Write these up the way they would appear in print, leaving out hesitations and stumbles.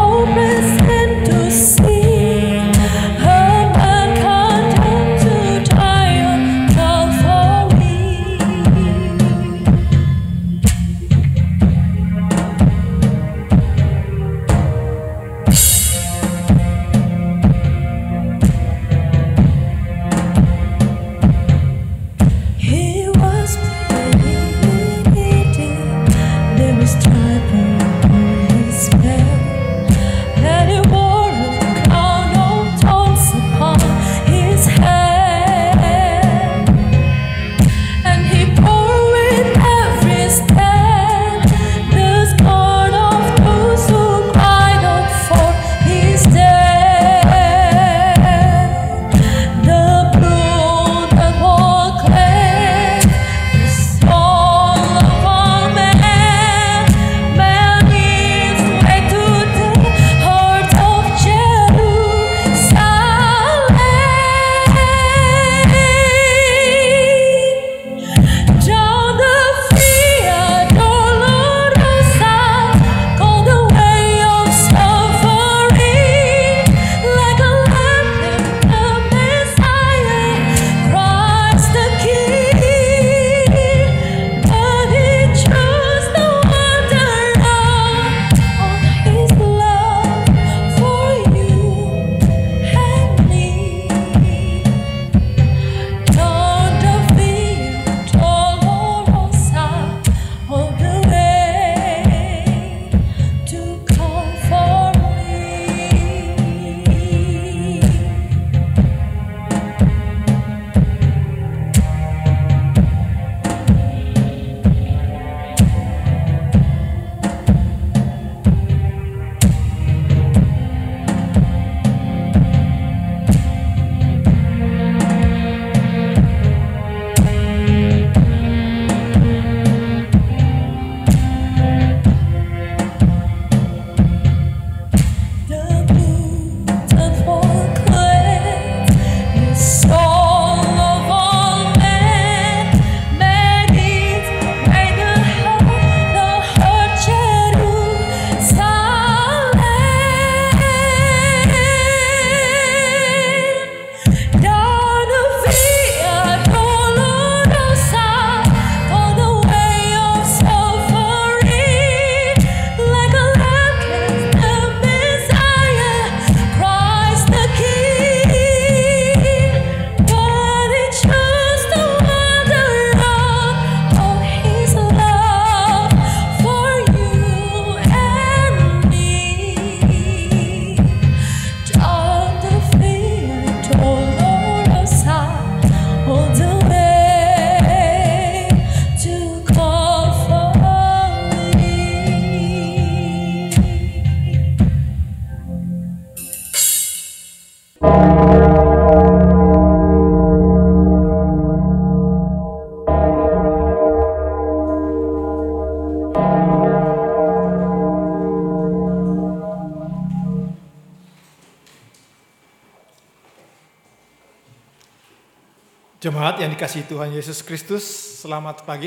Jemaat yang dikasihi Tuhan Yesus Kristus, selamat pagi.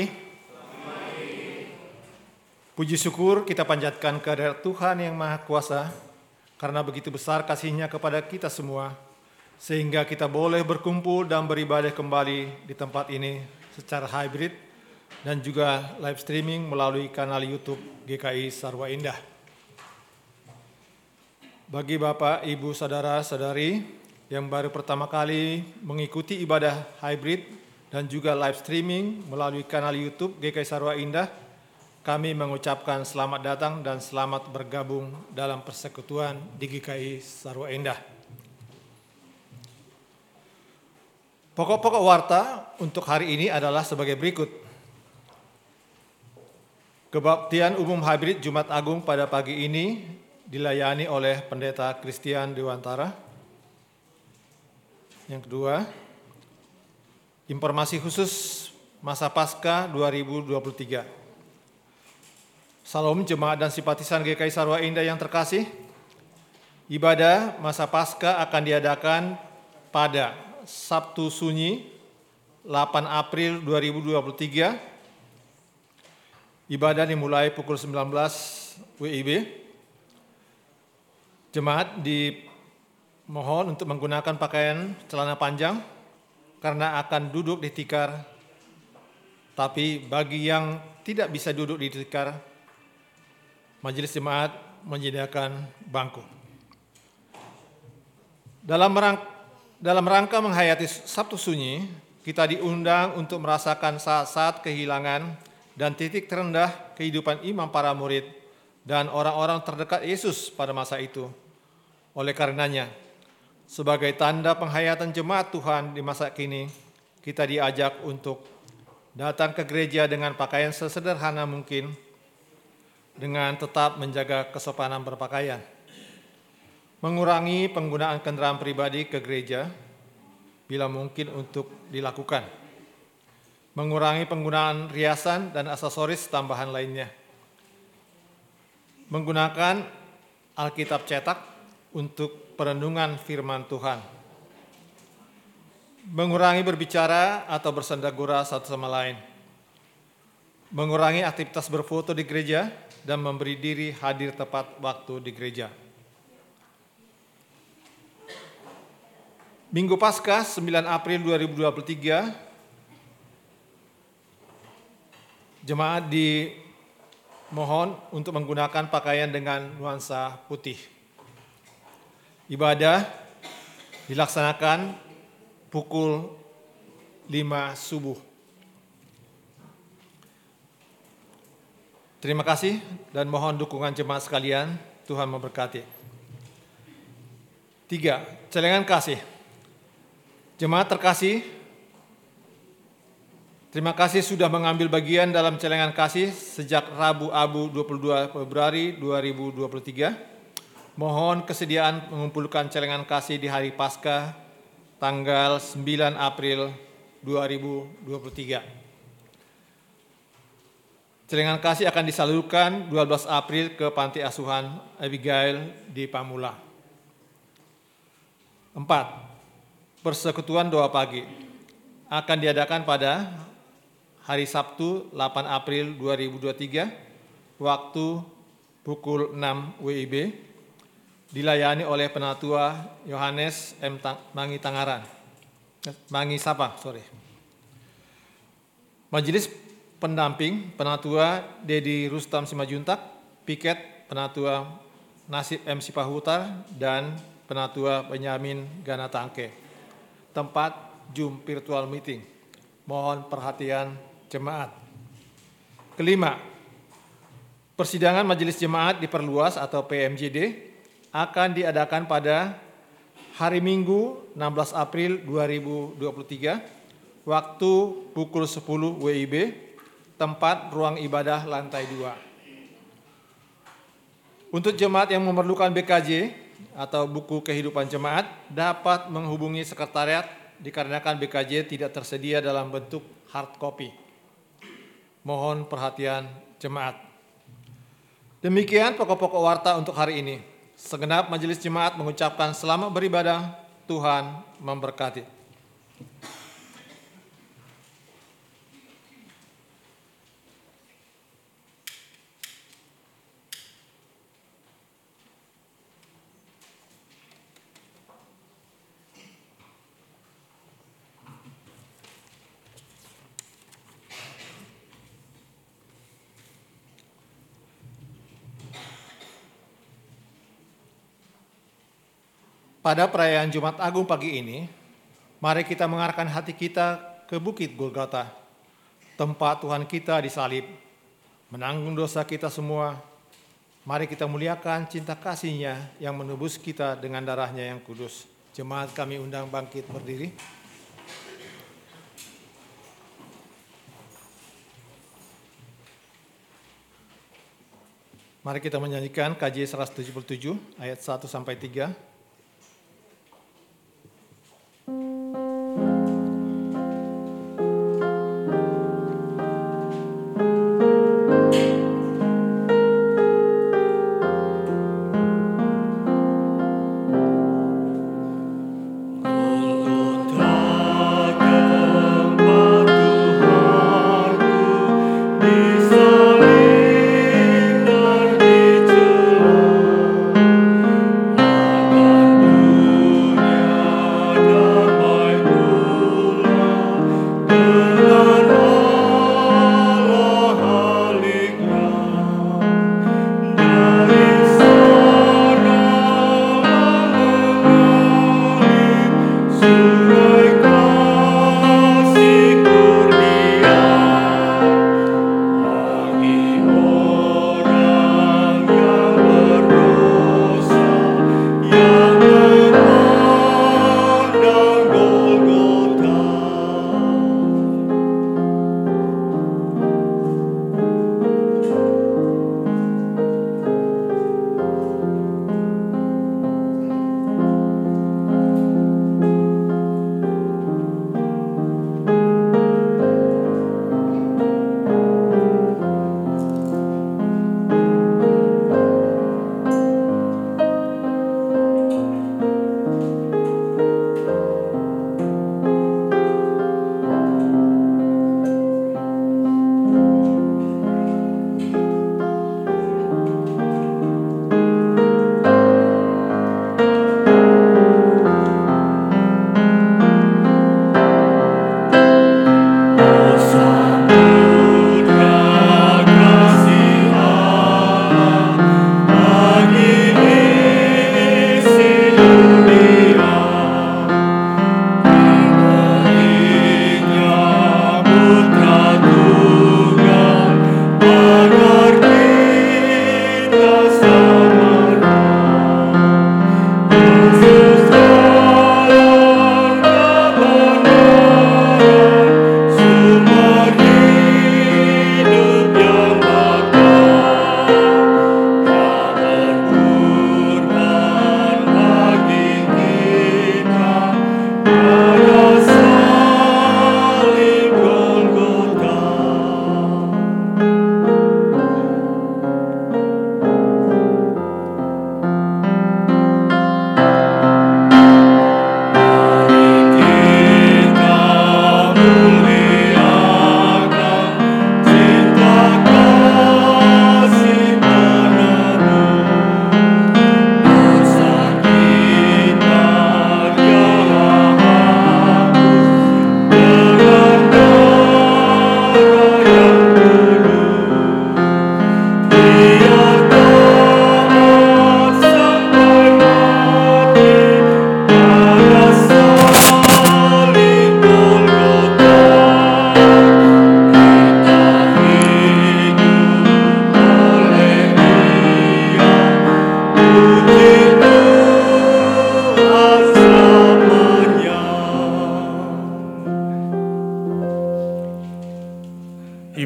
Puji syukur kita panjatkan kehadirat Tuhan yang Maha Kuasa, karena begitu besar kasih-Nya kepada kita semua, sehingga kita boleh berkumpul dan beribadah kembali di tempat ini secara hybrid dan juga live streaming melalui kanal YouTube GKI Sarwa Indah. Bagi Bapak, Ibu, Saudara-saudari yang baru pertama kali mengikuti ibadah hybrid dan juga live streaming melalui kanal YouTube GKI Sarwa Indah, kami mengucapkan selamat datang dan selamat bergabung dalam persekutuan di GKI Sarwa Indah. Pokok-pokok warta untuk hari ini adalah sebagai berikut. Kebaktian umum hybrid Jumat Agung pada pagi ini dilayani oleh Pendeta Christian Dewantara. Yang kedua, informasi khusus masa Paskah 2023. Salam jemaat dan simpatisan GKI Sarwa Indah yang terkasih. Ibadah masa Paskah akan diadakan pada Sabtu Sunyi 8 April 2023. Ibadah dimulai pukul 19 WIB. Jemaat dimohon untuk menggunakan pakaian celana panjang karena akan duduk di tikar. Tapi bagi yang tidak bisa duduk di tikar, majelis jemaat menyediakan bangku. Dalam rangka menghayati Sabtu Sunyi, kita diundang untuk merasakan saat-saat kehilangan dan titik terendah kehidupan imam para murid dan orang-orang terdekat Yesus pada masa itu. Oleh karenanya, sebagai tanda penghayatan jemaat Tuhan di masa kini, kita diajak untuk datang ke gereja dengan pakaian sesederhana mungkin, dengan tetap menjaga kesopanan berpakaian. Mengurangi penggunaan kendaraan pribadi ke gereja, bila mungkin untuk dilakukan. Mengurangi penggunaan riasan dan aksesoris tambahan lainnya. Menggunakan Alkitab cetak untuk perenungan firman Tuhan. Mengurangi berbicara atau bersenda-gurau satu sama lain. Mengurangi aktivitas berfoto di gereja dan memberi diri hadir tepat waktu di gereja. Minggu Paskah 9 April 2023, jemaat dimohon untuk menggunakan pakaian dengan nuansa putih. Ibadah dilaksanakan pukul 5 subuh. Terima kasih dan mohon dukungan jemaat sekalian. Tuhan memberkati. 3. Celengan kasih. Jemaat terkasih, terima kasih sudah mengambil bagian dalam celengan kasih sejak Rabu Abu 22 Februari 2023. Mohon kesediaan mengumpulkan celengan kasih di hari Paskah tanggal 9 April 2023. Celengan kasih akan disalurkan 12 April ke Panti Asuhan Abigail di Pamula. 4. Persekutuan doa pagi akan diadakan pada hari Sabtu 8 April 2023 waktu pukul 6 WIB, dilayani oleh Penatua Yohanes M. Mangi Sapa. Majelis pendamping Penatua Dedi Rustam Simajuntak, Piket Penatua Nasib M. Sipahutar, dan Penatua Benyamin Ganatangke. Tempat Zoom virtual meeting. Mohon perhatian jemaat. 5. Persidangan Majelis Jemaat diperluas atau PMJD akan diadakan pada hari Minggu 16 April 2023 waktu pukul 10 WIB, tempat ruang ibadah lantai 2. Untuk jemaat yang memerlukan BKJ atau buku kehidupan jemaat dapat menghubungi sekretariat dikarenakan BKJ tidak tersedia dalam bentuk hard copy. Mohon perhatian jemaat. Demikian pokok-pokok warta untuk hari ini. Segenap majelis jemaat mengucapkan selamat beribadah. Tuhan memberkati. Pada perayaan Jumat Agung pagi ini, mari kita mengarahkan hati kita ke Bukit Golgota, tempat Tuhan kita disalib, menanggung dosa kita semua. Mari kita muliakan cinta kasih-Nya yang menebus kita dengan darah-Nya yang kudus. Jemaat kami undang bangkit berdiri. Mari kita menyanyikan KJ 177 ayat 1 sampai 3. Salib dan dicela.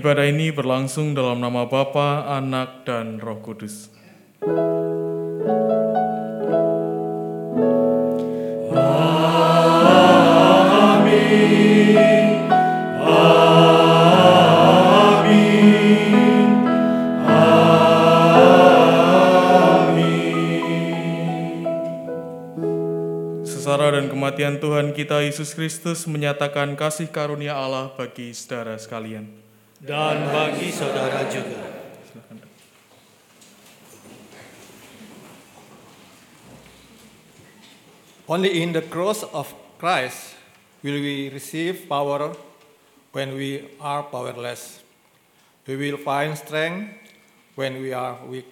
Ibadah ini berlangsung dalam nama Bapa, Anak, dan Roh Kudus. Sengsara dan kematian Tuhan kita Yesus Kristus menyatakan kasih karunia Allah bagi saudara sekalian. Dan bagi saudara juga. Only in the cross of Christ will we receive power when we are powerless. We will find strength when we are weak.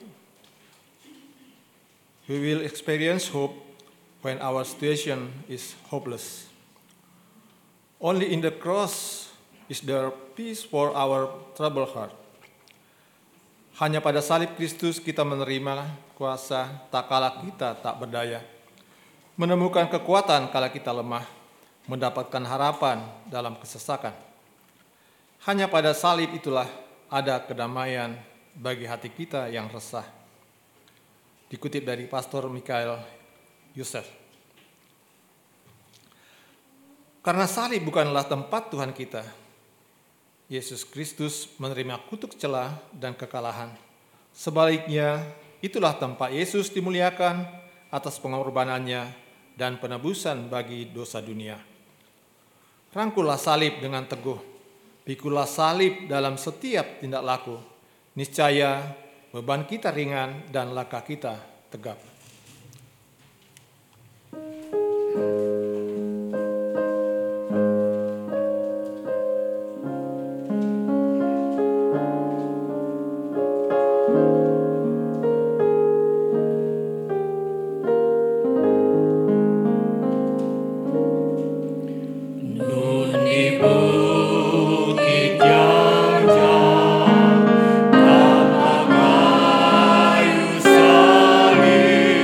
We will experience hope when our situation is hopeless. Only in the cross is there peace for our troubled heart. Hanya pada salib Kristus kita menerima kuasa tak kala kita tak berdaya, menemukan kekuatan kala kita lemah, mendapatkan harapan dalam kesesakan. Hanya pada salib itulah ada kedamaian bagi hati kita yang resah. Dikutip dari Pastor Michael Yusef. Karena salib bukanlah tempat Tuhan kita, Yesus Kristus menerima kutuk celah dan kekalahan. Sebaliknya, itulah tempat Yesus dimuliakan atas pengorbanannya dan penebusan bagi dosa dunia. Rangkullah salib dengan teguh, pikulah salib dalam setiap tindak laku. Niscaya beban kita ringan dan langkah kita tegap. Salib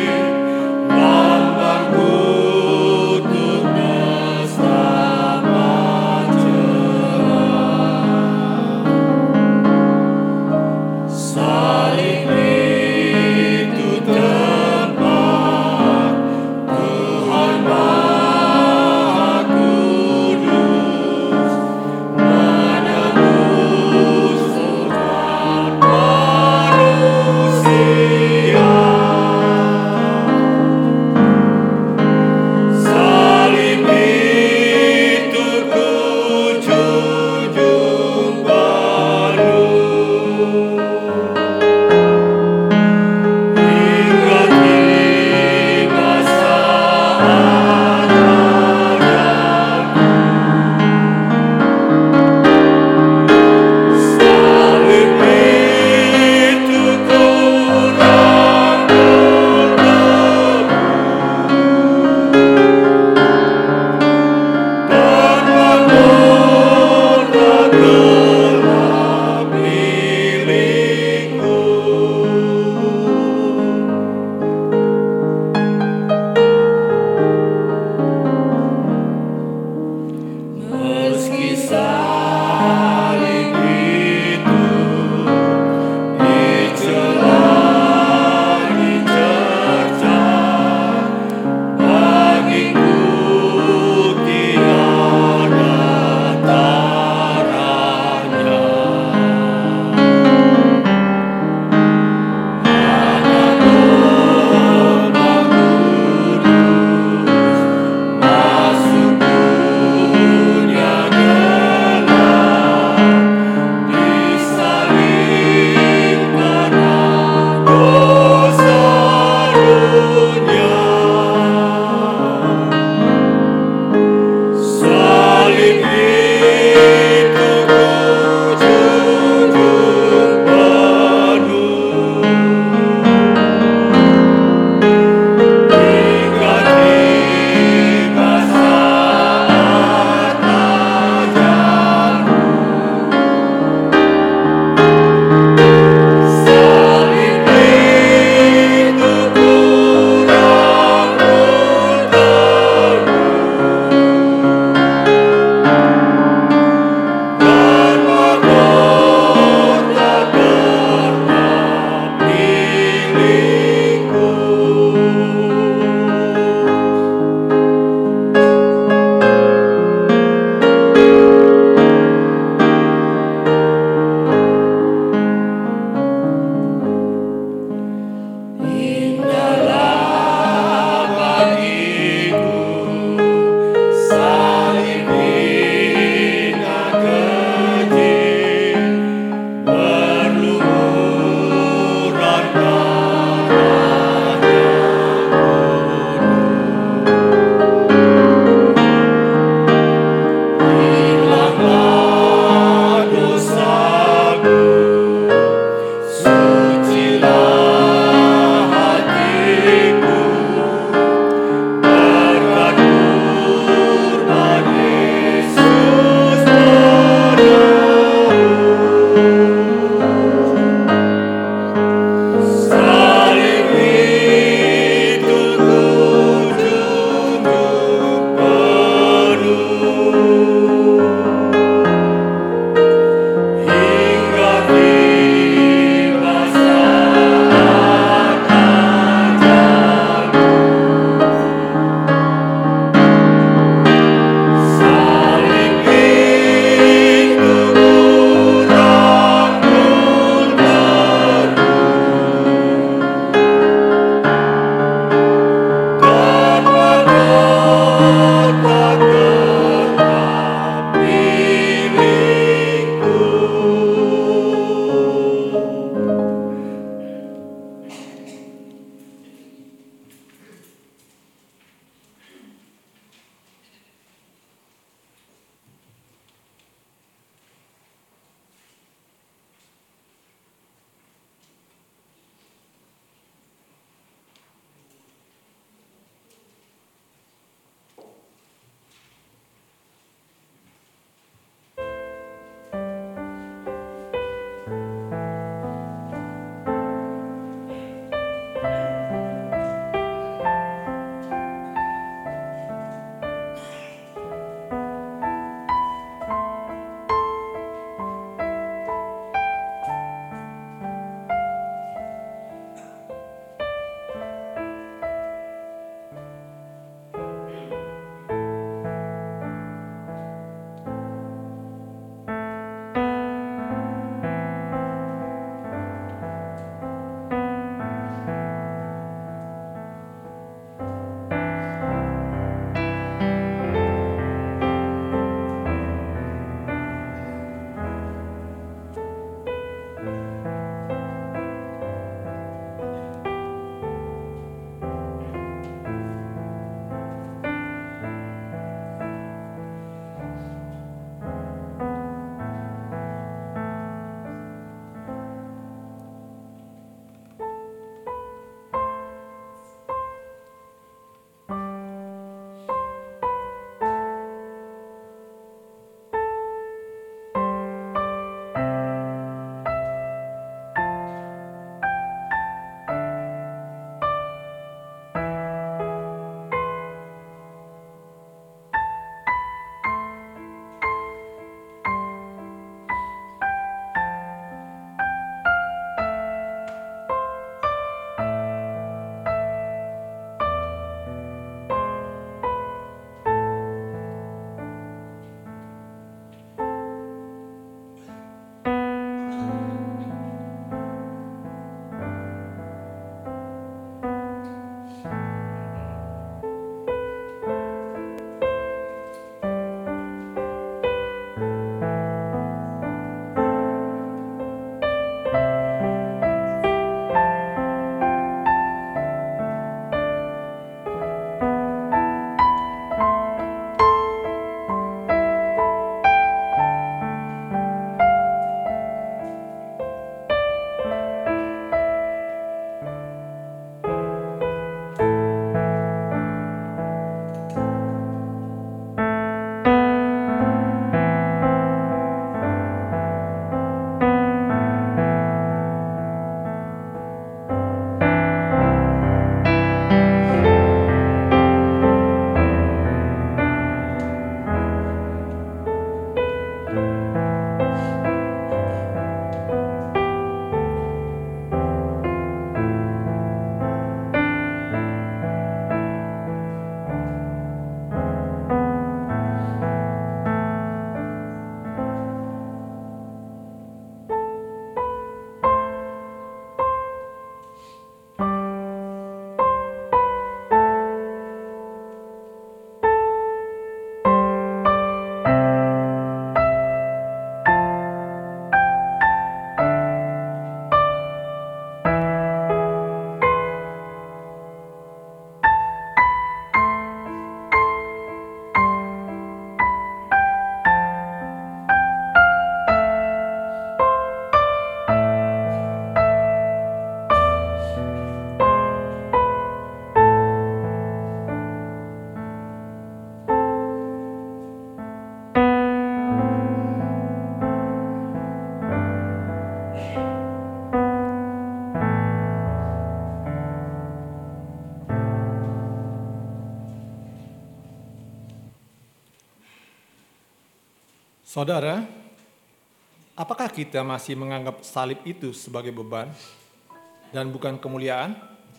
Saudara, apakah kita masih menganggap salib itu sebagai beban dan bukan kemuliaan?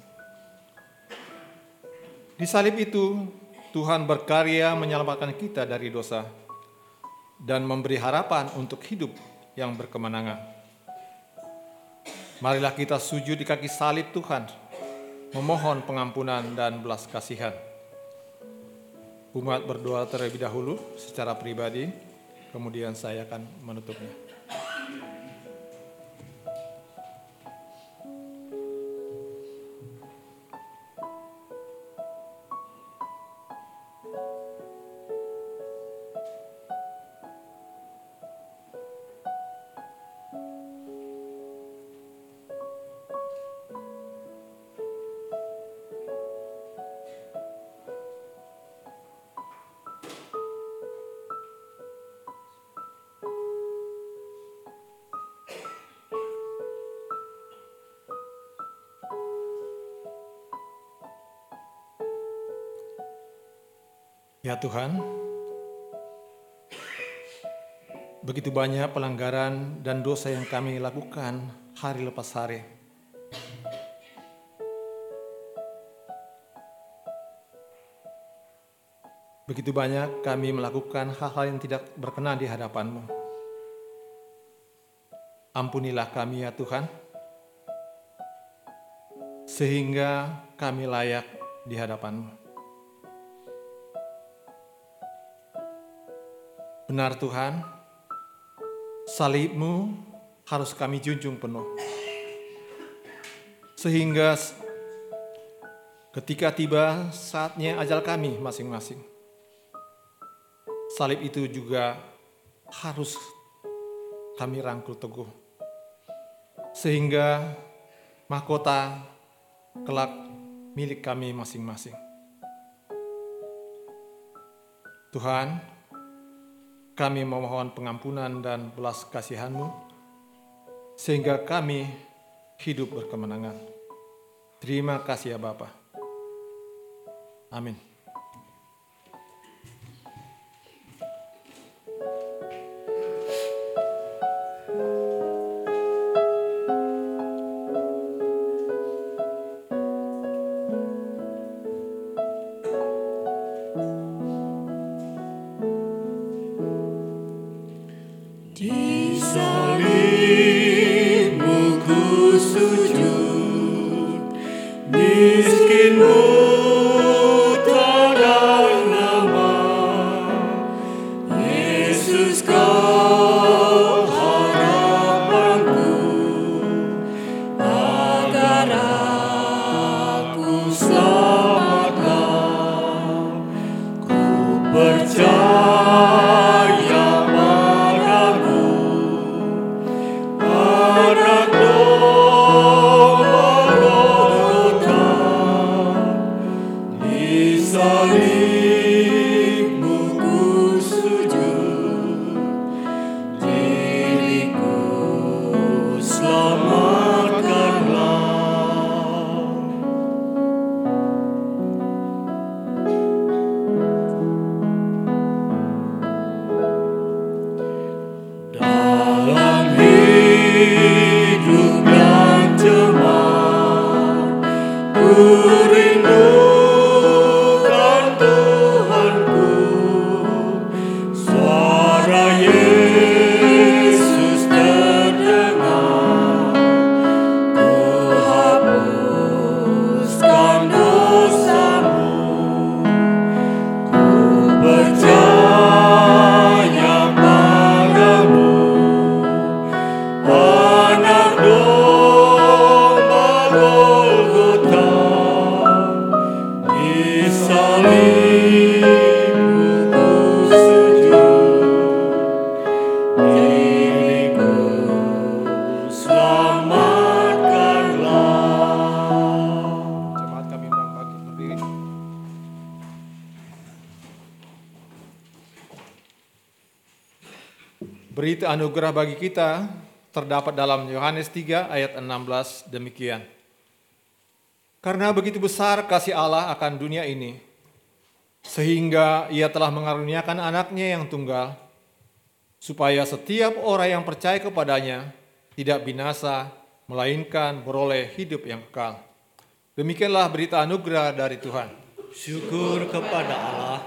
Di salib itu, Tuhan berkarya menyelamatkan kita dari dosa dan memberi harapan untuk hidup yang berkemenangan. Marilah kita sujud di kaki salib Tuhan, memohon pengampunan dan belas kasihan. Umat berdoa terlebih dahulu secara pribadi, kemudian saya akan menutupnya. Ya Tuhan, begitu banyak pelanggaran dan dosa yang kami lakukan hari lepas hari. Begitu banyak kami melakukan hal-hal yang tidak berkenan di hadapan-Mu. Ampunilah kami ya Tuhan, sehingga kami layak di hadapan-Mu. Benar Tuhan, salib-Mu harus kami junjung penuh. Sehingga ketika tiba saatnya ajal kami masing-masing, salib itu juga harus kami rangkul teguh. Sehingga mahkota kelak milik kami masing-masing. Tuhan, kami memohon pengampunan dan belas kasihan-Mu, sehingga kami hidup berkemenangan. Terima kasih ya Bapa. Amin. Berita anugerah bagi kita terdapat dalam Yohanes 3 ayat 16 demikian. Karena begitu besar kasih Allah akan dunia ini, sehingga Ia telah mengaruniakan anaknya yang tunggal, supaya setiap orang yang percaya kepadanya tidak binasa, melainkan beroleh hidup yang kekal. Demikianlah berita anugerah dari Tuhan. Syukur kepada Allah.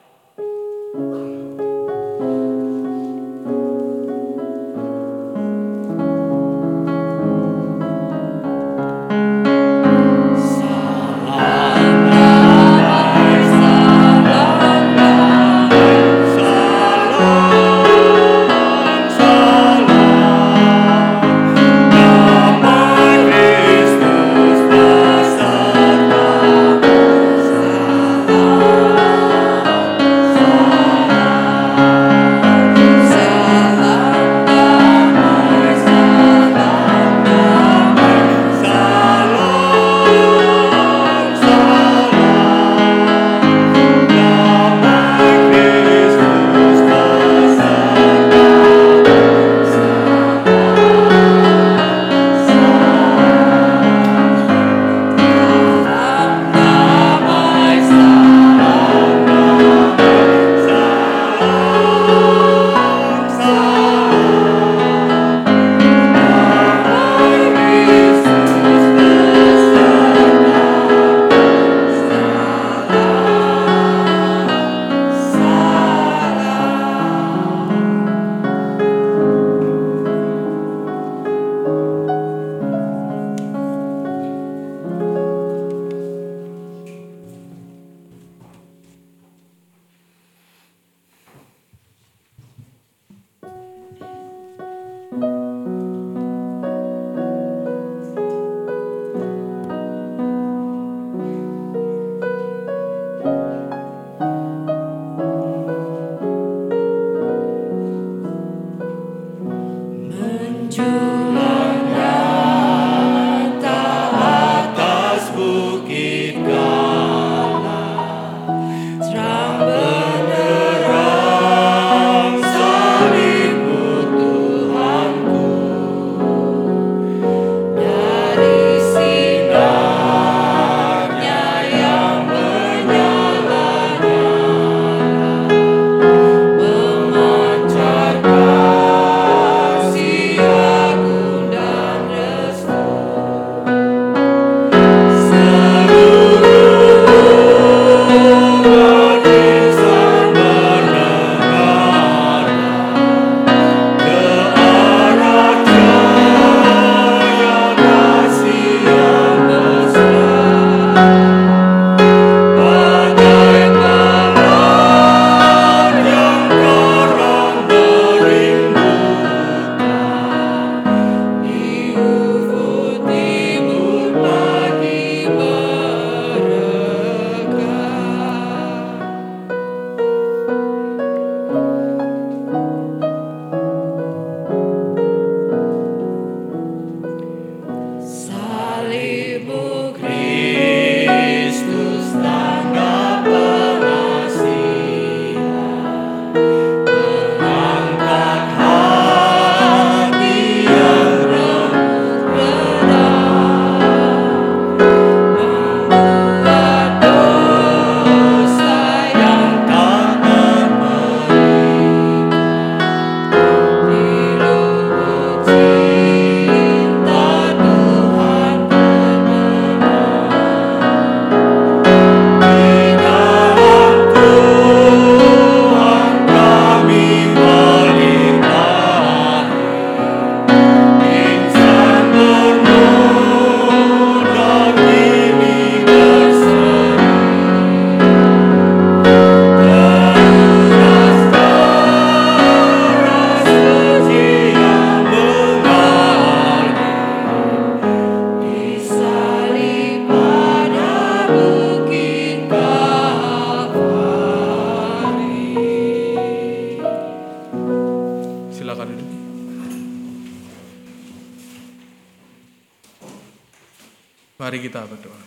Mari kita berdoa.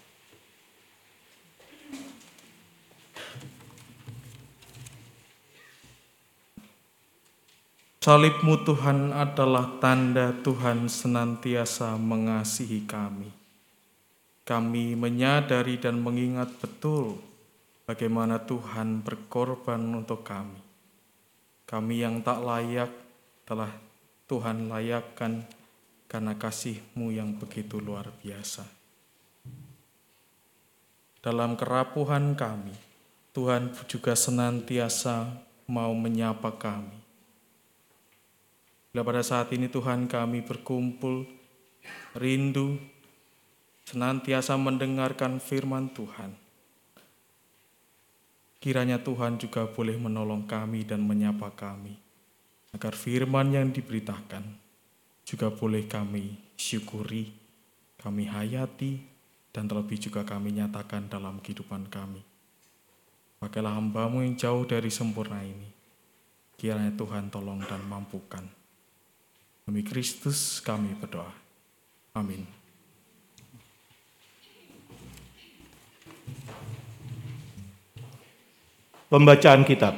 Salib-Mu Tuhan adalah tanda Tuhan senantiasa mengasihi kami. Kami menyadari dan mengingat betul bagaimana Tuhan berkorban untuk kami. Kami yang tak layak telah Tuhan layakkan karena kasih-Mu yang begitu luar biasa. Dalam kerapuhan kami, Tuhan juga senantiasa mau menyapa kami. Bila pada saat ini Tuhan kami berkumpul, rindu, senantiasa mendengarkan firman Tuhan. Kiranya Tuhan juga boleh menolong kami dan menyapa kami, agar firman yang diberitakan juga boleh kami syukuri, kami hayati, dan terlebih juga kami nyatakan dalam kehidupan kami. Pakailah hamba-Mu yang jauh dari sempurna ini. Kiranya Tuhan tolong dan mampukan. Demi Kristus kami berdoa. Amin. Pembacaan kitab.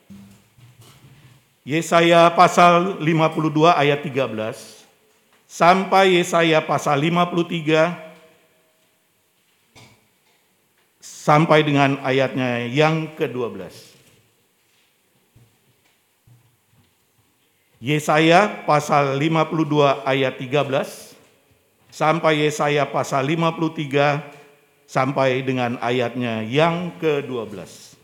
Yesaya pasal 52 ayat 13 sampai Yesaya pasal 53 sampai dengan ayatnya yang ke-12. Yesaya pasal 52 ayat 13 sampai Yesaya pasal 53 sampai dengan ayatnya yang ke-12.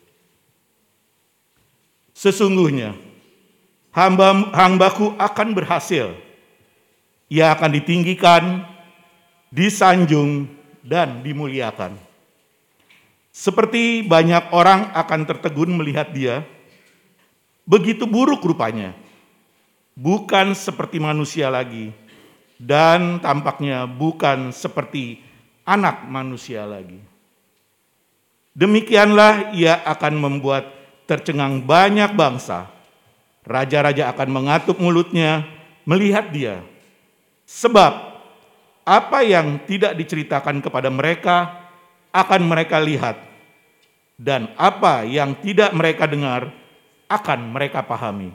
Sesungguhnya hambaku akan berhasil. Ia akan ditinggikan, disanjung, dan dimuliakan. Seperti banyak orang akan tertegun melihat dia, begitu buruk rupanya, bukan seperti manusia lagi, dan tampaknya bukan seperti anak manusia lagi. Demikianlah ia akan membuat tercengang banyak bangsa. Raja-raja akan mengatup mulutnya melihat dia. Sebab apa yang tidak diceritakan kepada mereka akan mereka lihat, dan apa yang tidak mereka dengar akan mereka pahami.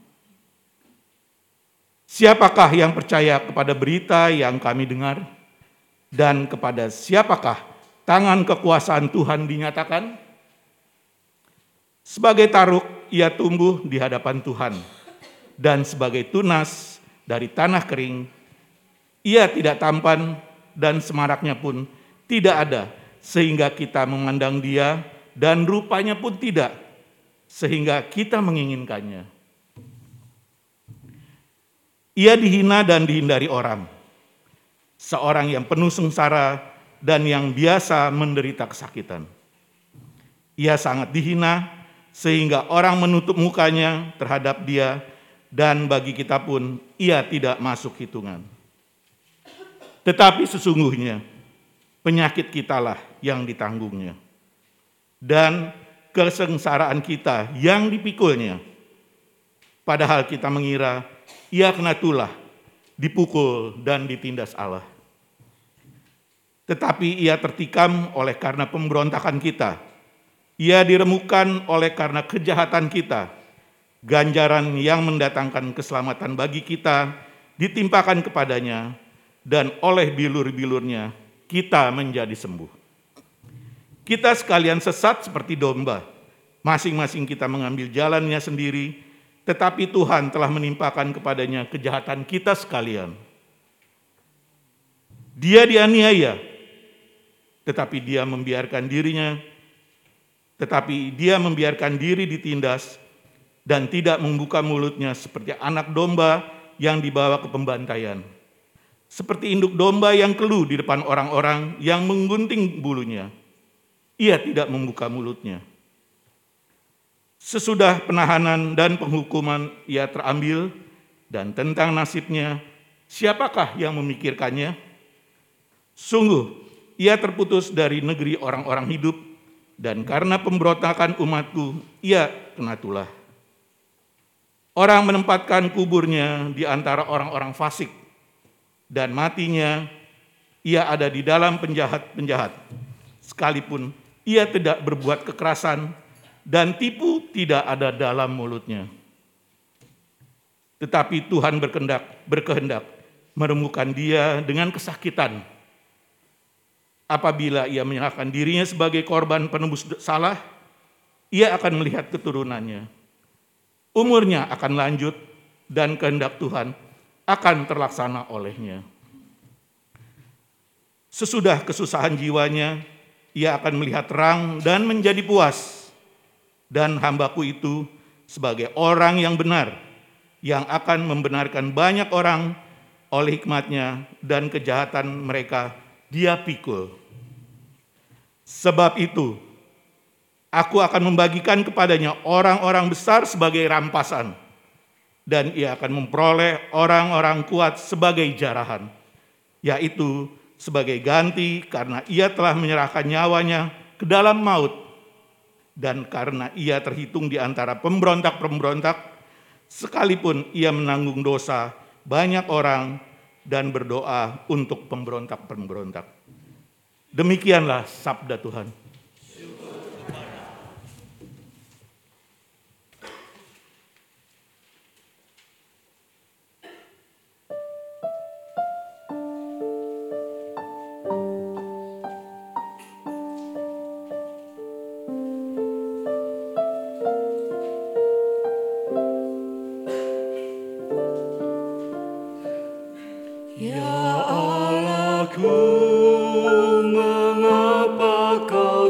Siapakah yang percaya kepada berita yang kami dengar, dan kepada siapakah tangan kekuasaan Tuhan dinyatakan? Sebagai taruk ia tumbuh di hadapan Tuhan, dan sebagai tunas dari tanah kering, ia tidak tampan dan semaraknya pun tidak ada, sehingga kita memandang dia, dan rupanya pun tidak, sehingga kita menginginkannya. Ia dihina dan dihindari orang, seorang yang penuh sengsara dan yang biasa menderita kesakitan. Ia sangat dihina, sehingga orang menutup mukanya terhadap dia, dan bagi kita pun ia tidak masuk hitungan. Tetapi sesungguhnya penyakit kitalah yang ditanggungnya, dan kesengsaraan kita yang dipikulnya. Padahal kita mengira ia kena tulah, dipukul dan ditindas Allah. Tetapi ia tertikam oleh karena pemberontakan kita, ia diremukkan oleh karena kejahatan kita. Ganjaran yang mendatangkan keselamatan bagi kita ditimpakan kepadanya, dan oleh bilur-bilurnya kita menjadi sembuh. Kita sekalian sesat seperti domba, masing-masing kita mengambil jalannya sendiri, tetapi Tuhan telah menimpakan kepadanya kejahatan kita sekalian. Dia dianiaya, tetapi dia membiarkan diri ditindas, dan tidak membuka mulutnya seperti anak domba yang dibawa ke pembantaian. Seperti induk domba yang keluh di depan orang-orang yang menggunting bulunya, ia tidak membuka mulutnya. Sesudah penahanan dan penghukuman ia terambil, dan tentang nasibnya, siapakah yang memikirkannya? Sungguh, ia terputus dari negeri orang-orang hidup, dan karena pemberontakan umatku, ia kena tulah. Orang menempatkan kuburnya di antara orang-orang fasik, dan matinya ia ada di dalam penjahat-penjahat. Sekalipun ia tidak berbuat kekerasan, dan tipu tidak ada dalam mulutnya. Tetapi Tuhan berkehendak meremukkan dia dengan kesakitan. Apabila ia menyerahkan dirinya sebagai korban penebus salah, ia akan melihat keturunannya. umurnya akan lanjut dan kehendak Tuhan akan terlaksana olehnya. Sesudah kesusahan jiwanya, ia akan melihat terang dan menjadi puas. Dan hambaku itu sebagai orang yang benar, yang akan membenarkan banyak orang oleh hikmatnya, dan kejahatan mereka dia pikul. Sebab itu, aku akan membagikan kepadanya orang-orang besar sebagai rampasan, dan ia akan memperoleh orang-orang kuat sebagai jarahan, yaitu sebagai ganti karena ia telah menyerahkan nyawanya ke dalam maut, dan karena ia terhitung di antara pemberontak-pemberontak, sekalipun ia menanggung dosa banyak orang dan berdoa untuk pemberontak-pemberontak. Demikianlah sabda Tuhan. Ya Allahku, mengapa kau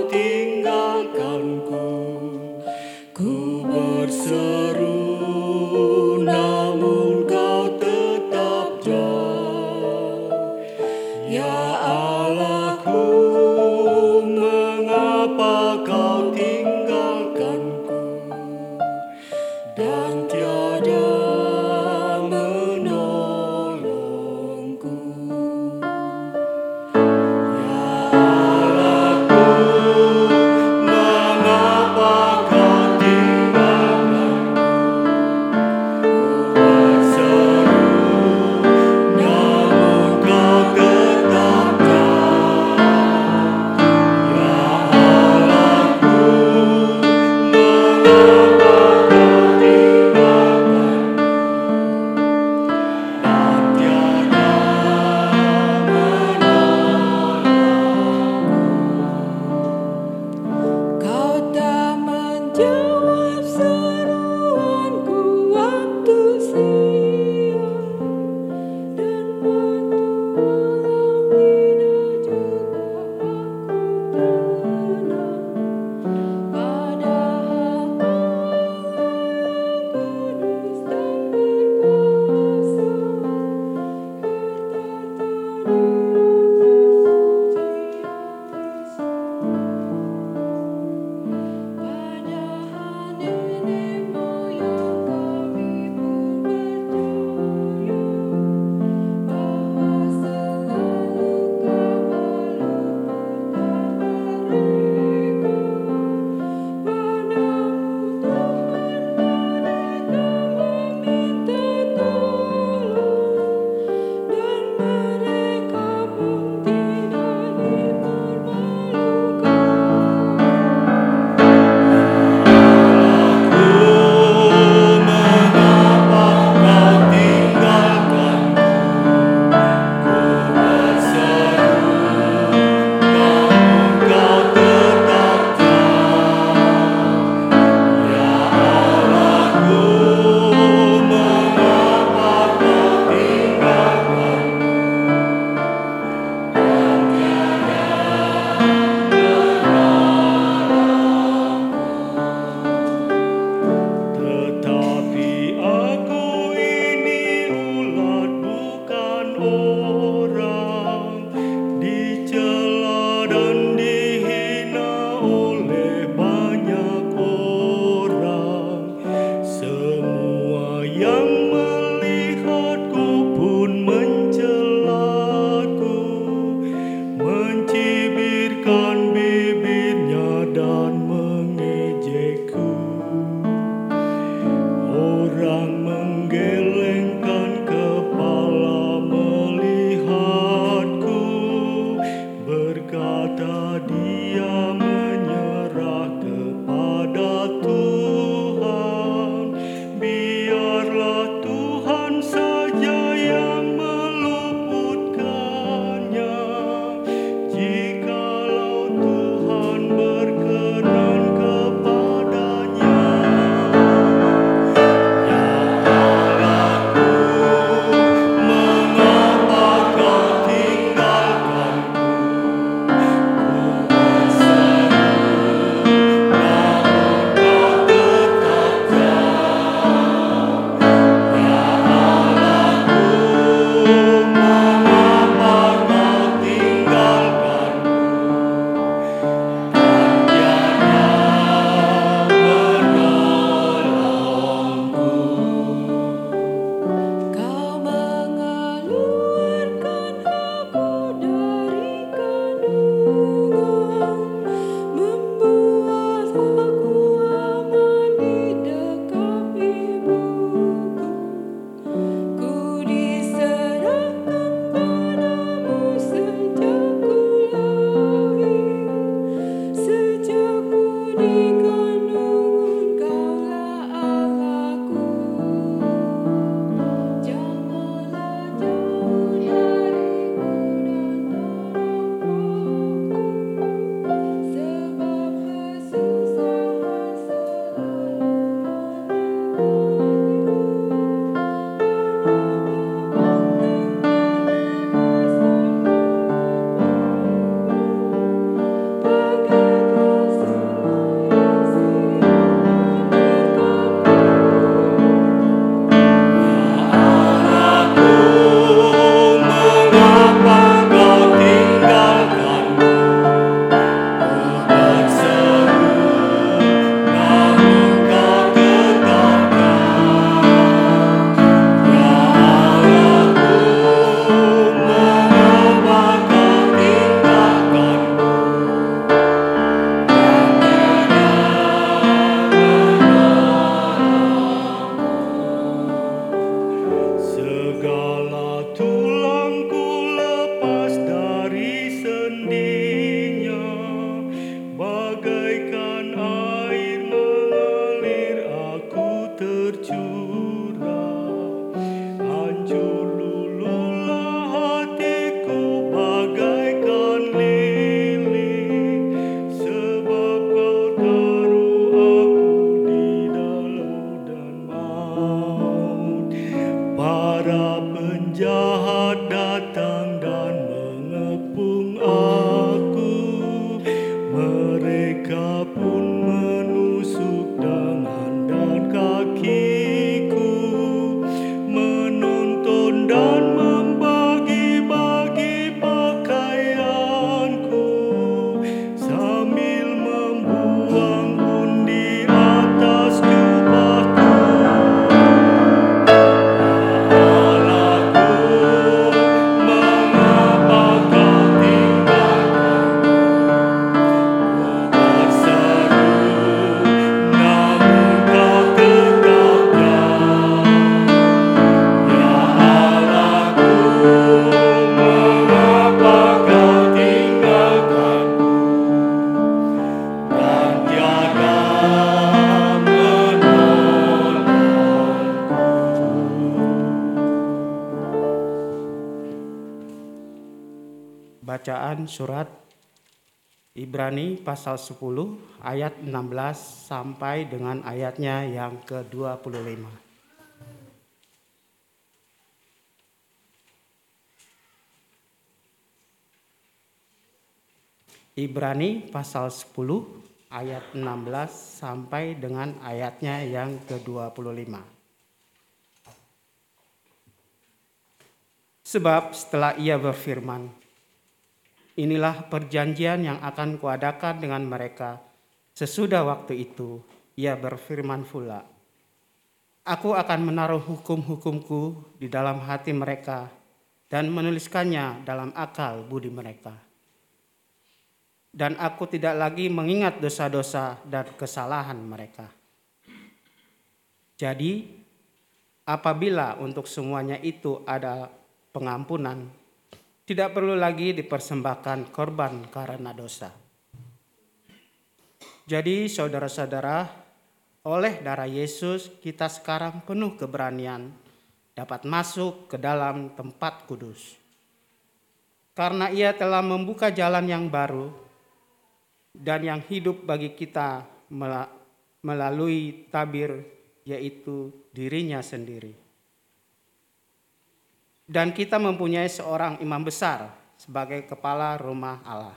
Bacaan surat Ibrani pasal 10 ayat 16 sampai dengan ayatnya yang ke-25. Ibrani pasal 10 ayat 16 sampai dengan ayatnya yang ke-25. Sebab setelah ia berfirman, inilah perjanjian yang akan kuadakan dengan mereka. Sesudah waktu itu, ia berfirman pula, aku akan menaruh hukum-hukumku di dalam hati mereka dan menuliskannya dalam akal budi mereka. Dan aku tidak lagi mengingat dosa-dosa dan kesalahan mereka. Jadi, apabila untuk semuanya itu ada pengampunan, tidak perlu lagi dipersembahkan korban karena dosa. Jadi saudara-saudara, oleh darah Yesus kita sekarang penuh keberanian dapat masuk ke dalam tempat kudus. Karena ia telah membuka jalan yang baru dan yang hidup bagi kita melalui tabir, yaitu dirinya sendiri. Dan kita mempunyai seorang imam besar sebagai kepala rumah Allah.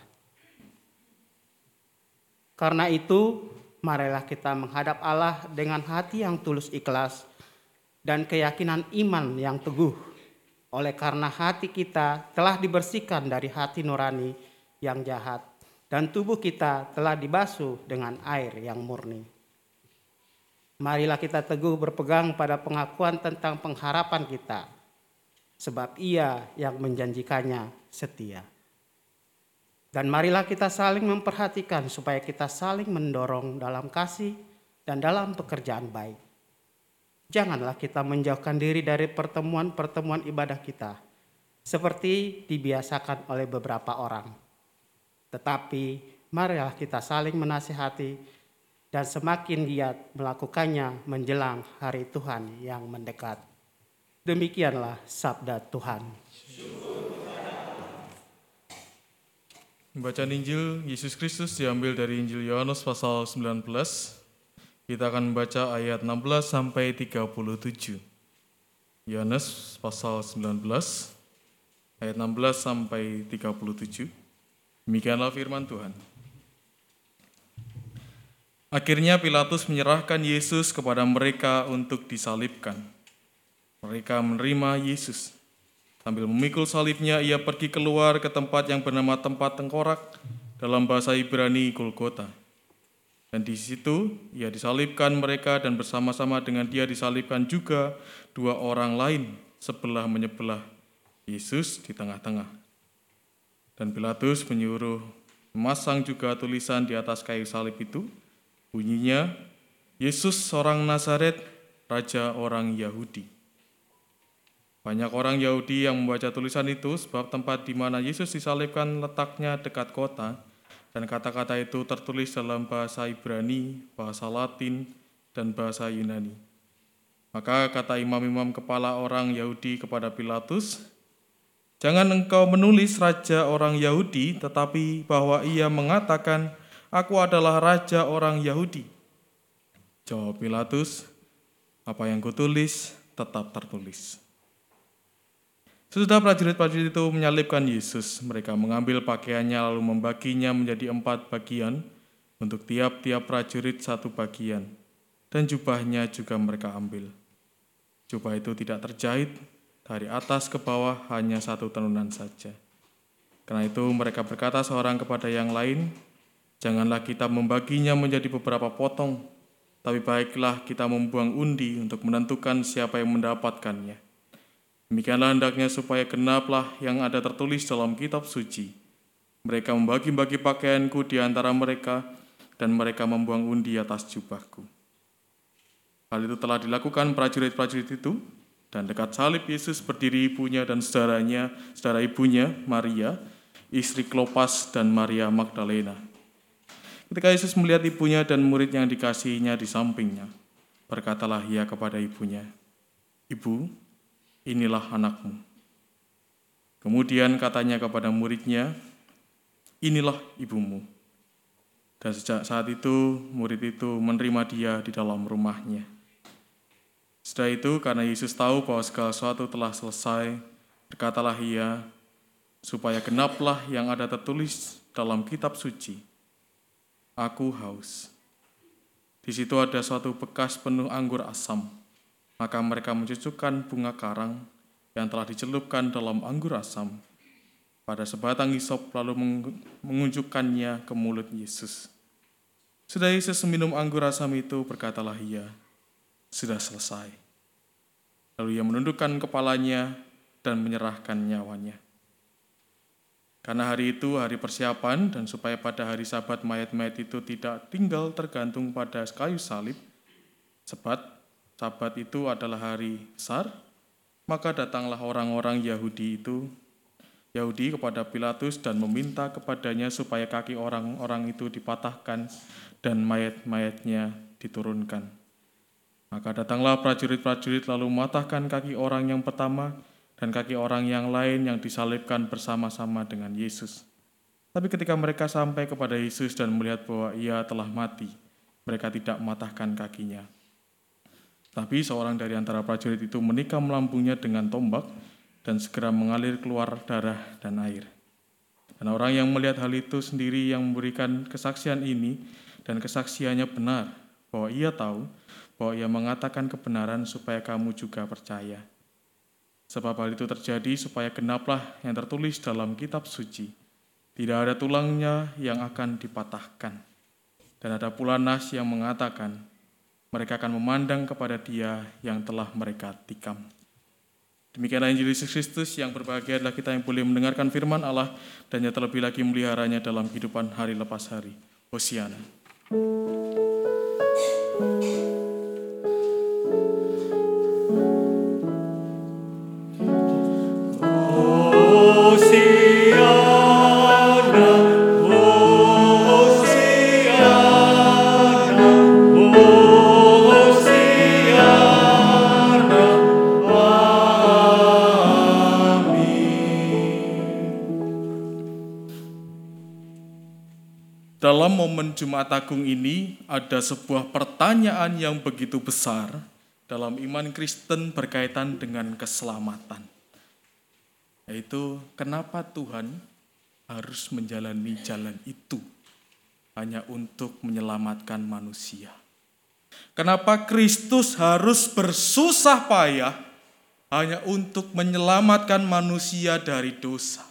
Karena itu, marilah kita menghadap Allah dengan hati yang tulus ikhlas dan keyakinan iman yang teguh. Oleh karena hati kita telah dibersihkan dari hati nurani yang jahat dan tubuh kita telah dibasuh dengan air yang murni. Marilah kita teguh berpegang pada pengakuan tentang pengharapan kita, sebab ia yang menjanjikannya setia. Dan marilah kita saling memperhatikan supaya kita saling mendorong dalam kasih dan dalam pekerjaan baik. Janganlah kita menjauhkan diri dari pertemuan-pertemuan ibadah kita, seperti dibiasakan oleh beberapa orang. Tetapi marilah kita saling menasihati dan semakin giat melakukannya menjelang hari Tuhan yang mendekat. Demikianlah sabda Tuhan. Bacaan Injil Yesus Kristus diambil dari Injil Yohanes pasal 19. Kita akan membaca ayat 16 sampai 37. Yohanes pasal 19 ayat 16 sampai 37. Demikianlah firman Tuhan. Akhirnya Pilatus menyerahkan Yesus kepada mereka untuk disalibkan. Mereka menerima Yesus. Sambil memikul salibnya, ia pergi keluar ke tempat yang bernama tempat tengkorak, dalam bahasa Ibrani Golgota. Dan di situ ia disalibkan mereka, dan bersama-sama dengan dia disalibkan juga dua orang lain, sebelah menyebelah Yesus di tengah-tengah. Dan Pilatus menyuruh memasang juga tulisan di atas kayu salib itu, bunyinya, Yesus orang Nazaret, Raja orang Yahudi. Banyak orang Yahudi yang membaca tulisan itu, sebab tempat di mana Yesus disalibkan letaknya dekat kota, dan kata-kata itu tertulis dalam bahasa Ibrani, bahasa Latin, dan bahasa Yunani. Maka kata imam-imam kepala orang Yahudi kepada Pilatus, "Jangan engkau menulis Raja orang Yahudi, tetapi bahwa ia mengatakan, 'Aku adalah Raja orang Yahudi.'" Jawab Pilatus, "Apa yang kutulis tetap tertulis." Sesudah prajurit-prajurit itu menyalibkan Yesus, mereka mengambil pakaiannya lalu membaginya menjadi 4 bagian, untuk tiap-tiap prajurit 1 bagian, dan jubahnya juga mereka ambil. Jubah itu tidak terjahit, dari atas ke bawah hanya 1 tenunan saja. Karena itu mereka berkata seorang kepada yang lain, "Janganlah kita membaginya menjadi beberapa potong, tapi baiklah kita membuang undi untuk menentukan siapa yang mendapatkannya. Demikianlah hendaknya supaya genaplah yang ada tertulis dalam kitab suci. Mereka membagi-bagi pakaianku di antara mereka, dan mereka membuang undi atas jubahku." Hal itu telah dilakukan prajurit-prajurit itu, dan dekat salib Yesus berdiri ibunya dan saudaranya, saudara ibunya, Maria, istri Klopas dan Maria Magdalena. Ketika Yesus melihat ibunya dan murid yang dikasihinya di sampingnya, berkatalah ia kepada ibunya, "Ibu, inilah anakmu." Kemudian katanya kepada muridnya, "Inilah ibumu." Dan sejak saat itu, murid itu menerima dia di dalam rumahnya. Setelah itu, karena Yesus tahu bahwa segala sesuatu telah selesai, berkatalah ia, supaya genaplah yang ada tertulis dalam kitab suci, "Aku haus." Di situ ada suatu bekas penuh anggur asam. Maka mereka mencucukkan bunga karang yang telah dicelupkan dalam anggur asam pada sebatang hisop, lalu mengunjukkannya ke mulut Yesus. Sudah Yesus minum anggur asam itu, berkatalah ia, "Sudah selesai." Lalu ia menundukkan kepalanya dan menyerahkan nyawanya. Karena hari itu hari persiapan, dan supaya pada hari Sabat mayat-mayat itu tidak tinggal tergantung pada kayu salib, sebab Sabat itu adalah hari besar, maka datanglah orang-orang Yahudi kepada Pilatus dan meminta kepadanya supaya kaki orang-orang itu dipatahkan dan mayat-mayatnya diturunkan. Maka datanglah prajurit-prajurit lalu mematahkan kaki orang yang pertama dan kaki orang yang lain yang disalibkan bersama-sama dengan Yesus. Tapi ketika mereka sampai kepada Yesus dan melihat bahwa ia telah mati, mereka tidak mematahkan kakinya. Tapi seorang dari antara prajurit itu menikam lambungnya dengan tombak, dan segera mengalir keluar darah dan air. Dan orang yang melihat hal itu sendiri yang memberikan kesaksian ini, dan kesaksiannya benar, bahwa ia tahu bahwa ia mengatakan kebenaran supaya kamu juga percaya. Sebab hal itu terjadi supaya genaplah yang tertulis dalam kitab suci, "Tidak ada tulangnya yang akan dipatahkan." Dan ada pula nas yang mengatakan, mereka akan memandang kepada dia yang telah mereka tikam. Demikianlah Injil Yesus Kristus, yang berbahagia adalah kita yang boleh mendengarkan firman Allah dan yang terlebih lagi meliharanya dalam kehidupan hari lepas hari. Hosiana. Dalam momen Jumat Agung ini ada sebuah pertanyaan yang begitu besar dalam iman Kristen berkaitan dengan keselamatan. Yaitu, kenapa Tuhan harus menjalani jalan itu hanya untuk menyelamatkan manusia? Kenapa Kristus harus bersusah payah hanya untuk menyelamatkan manusia dari dosa?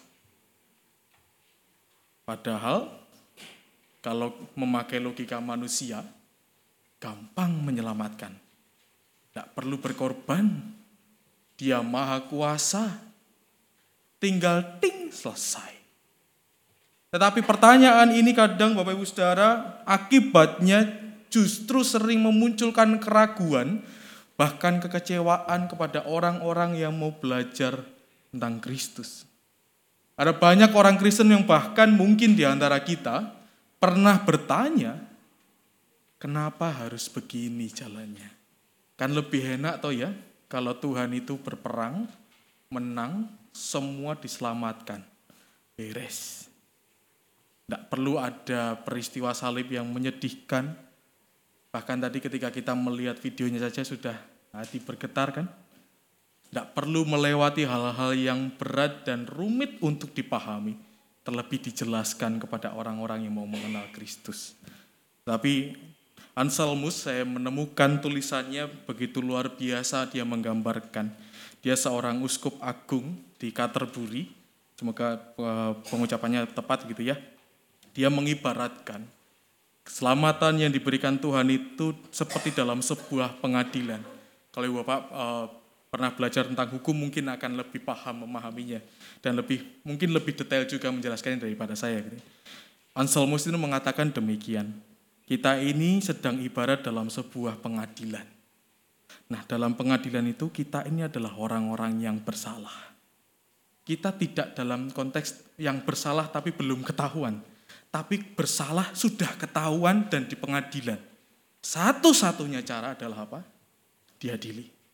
Padahal kalau memakai logika manusia, gampang menyelamatkan. Tidak perlu berkorban. Dia maha kuasa. Tinggal ting, selesai. Tetapi pertanyaan ini kadang Bapak Ibu Saudara, akibatnya justru sering memunculkan keraguan, bahkan kekecewaan kepada orang-orang yang mau belajar tentang Kristus. Ada banyak orang Kristen yang bahkan mungkin di antara kita pernah bertanya, kenapa harus begini jalannya? Kan lebih enak toh ya, kalau Tuhan itu berperang, menang, semua diselamatkan. Beres. Tidak perlu ada peristiwa salib yang menyedihkan. Bahkan tadi ketika kita melihat videonya saja sudah hati bergetar kan? Tidak perlu melewati hal-hal yang berat dan rumit untuk dipahami. Terlebih dijelaskan kepada orang-orang yang mau mengenal Kristus. Tapi Anselmus, saya menemukan tulisannya begitu luar biasa, dia menggambarkan. Dia seorang uskup agung di Canterbury, semoga pengucapannya tepat gitu ya. Dia mengibaratkan keselamatan yang diberikan Tuhan itu seperti dalam sebuah pengadilan. Kalau Bapak pernah belajar tentang hukum mungkin akan lebih paham memahaminya. Dan mungkin lebih detail juga menjelaskannya daripada saya. Anselmus itu mengatakan demikian. Kita ini sedang ibarat dalam sebuah pengadilan. Nah, dalam pengadilan itu kita ini adalah orang-orang yang bersalah. Kita tidak dalam konteks yang bersalah tapi belum ketahuan. Tapi bersalah sudah ketahuan dan di pengadilan. Satu-satunya cara adalah apa? Diadili.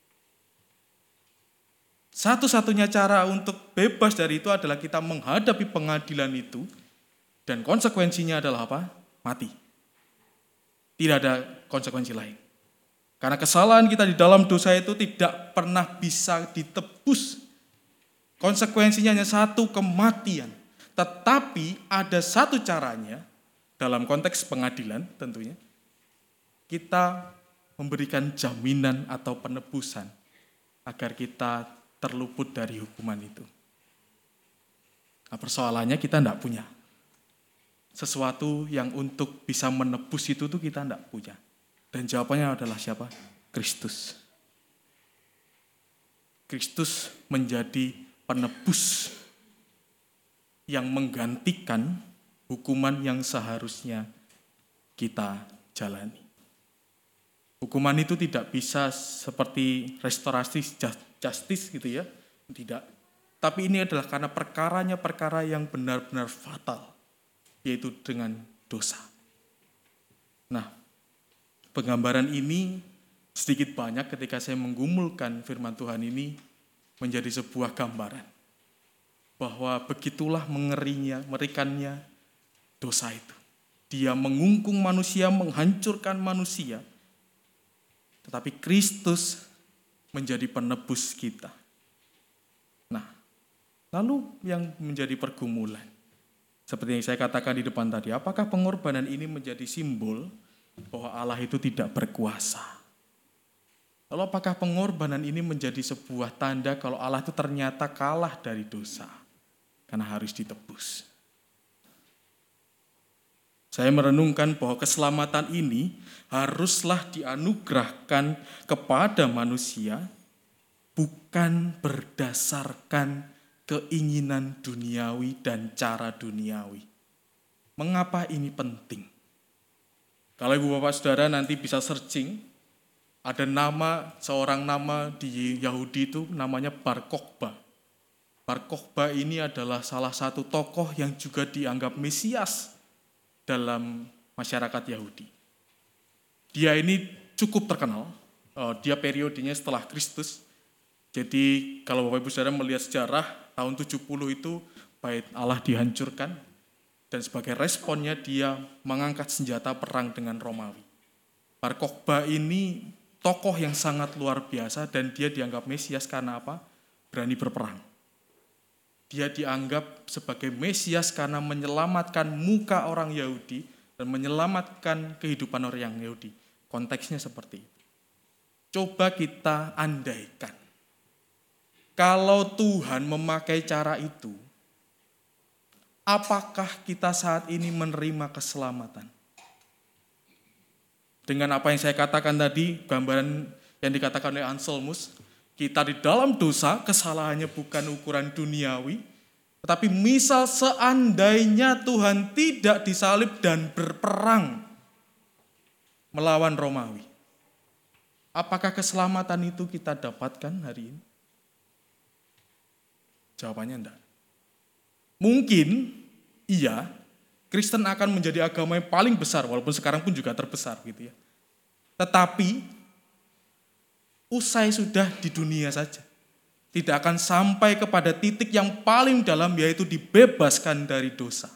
Satu-satunya cara untuk bebas dari itu adalah kita menghadapi pengadilan itu dan konsekuensinya adalah apa? Mati. Tidak ada konsekuensi lain. Karena kesalahan kita di dalam dosa itu tidak pernah bisa ditebus. Konsekuensinya hanya satu, kematian. Tetapi ada satu caranya dalam konteks pengadilan tentunya. Kita memberikan jaminan atau penebusan agar kita terluput dari hukuman itu. Nah, persoalannya kita tidak punya. Sesuatu yang untuk bisa menebus itu tuh kita tidak punya. Dan jawabannya adalah siapa? Kristus. Kristus menjadi penebus yang menggantikan hukuman yang seharusnya kita jalani. Hukuman itu tidak bisa seperti restorasi justice gitu ya, tidak. Tapi ini adalah karena perkaranya perkara yang benar-benar fatal, yaitu dengan dosa. Nah, penggambaran ini sedikit banyak ketika saya menggumulkan firman Tuhan ini menjadi sebuah gambaran. Bahwa begitulah mengerikannya dosa itu. Dia mengungkung manusia, menghancurkan manusia. Tetapi Kristus menjadi penebus kita. Nah, lalu yang menjadi pergumulan. Seperti yang saya katakan di depan tadi, apakah pengorbanan ini menjadi simbol bahwa Allah itu tidak berkuasa? Lalu apakah pengorbanan ini menjadi sebuah tanda kalau Allah itu ternyata kalah dari dosa? Karena harus ditebus. Saya merenungkan bahwa keselamatan ini haruslah dianugerahkan kepada manusia bukan berdasarkan keinginan duniawi dan cara duniawi. Mengapa ini penting? Kalau ibu bapak saudara nanti bisa searching, ada seorang nama di Yahudi itu namanya Bar Kokhba. Bar Kokhba ini adalah salah satu tokoh yang juga dianggap Mesias dalam masyarakat Yahudi. Dia ini cukup terkenal, dia periodenya setelah Kristus. Jadi kalau Bapak Ibu Saudara melihat sejarah, tahun 70 itu Bait Allah dihancurkan, dan sebagai responnya dia mengangkat senjata perang dengan Romawi. Bar Kokhba ini tokoh yang sangat luar biasa dan dia dianggap Mesias karena apa? Berani berperang. Dia dianggap sebagai Mesias karena menyelamatkan muka orang Yahudi dan menyelamatkan kehidupan orang Yahudi. Konteksnya seperti itu. Coba kita andaikan, kalau Tuhan memakai cara itu, apakah kita saat ini menerima keselamatan? Dengan apa yang saya katakan tadi, gambaran yang dikatakan oleh Anselmus, kita di dalam dosa, kesalahannya bukan ukuran duniawi, tetapi misal seandainya Tuhan tidak disalib dan berperang melawan Romawi, apakah keselamatan itu kita dapatkan hari ini? Jawabannya enggak. Mungkin iya, Kristen akan menjadi agama yang paling besar, walaupun sekarang pun juga terbesar gitu ya. Tetapi usai sudah di dunia saja. Tidak akan sampai kepada titik yang paling dalam, yaitu dibebaskan dari dosa.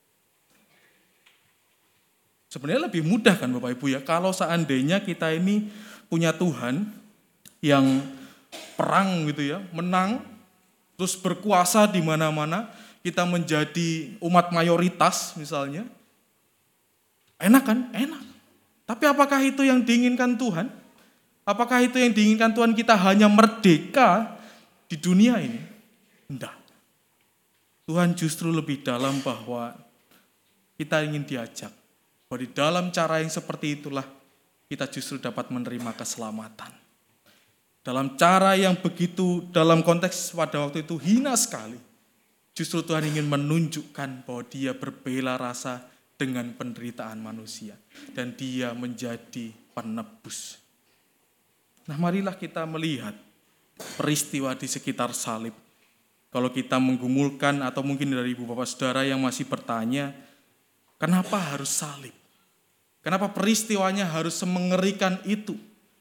Sebenarnya lebih mudah kan Bapak Ibu ya, kalau seandainya kita ini punya Tuhan yang perang gitu ya, menang, terus berkuasa di mana-mana, kita menjadi umat mayoritas misalnya. Enak kan? Enak. Tapi apakah itu yang diinginkan Tuhan? Apakah itu yang diinginkan Tuhan, kita hanya merdeka di dunia ini? Tidak. Tuhan justru lebih dalam bahwa kita ingin diajak. Bahwa di dalam cara yang seperti itulah kita justru dapat menerima keselamatan. Dalam cara yang begitu, dalam konteks pada waktu itu hina sekali, justru Tuhan ingin menunjukkan bahwa dia berbela rasa dengan penderitaan manusia. Dan dia menjadi penebus. Nah, marilah kita melihat peristiwa di sekitar salib. Kalau kita menggumulkan atau mungkin dari ibu bapak saudara yang masih bertanya, kenapa harus salib? Kenapa peristiwanya harus semengerikan itu?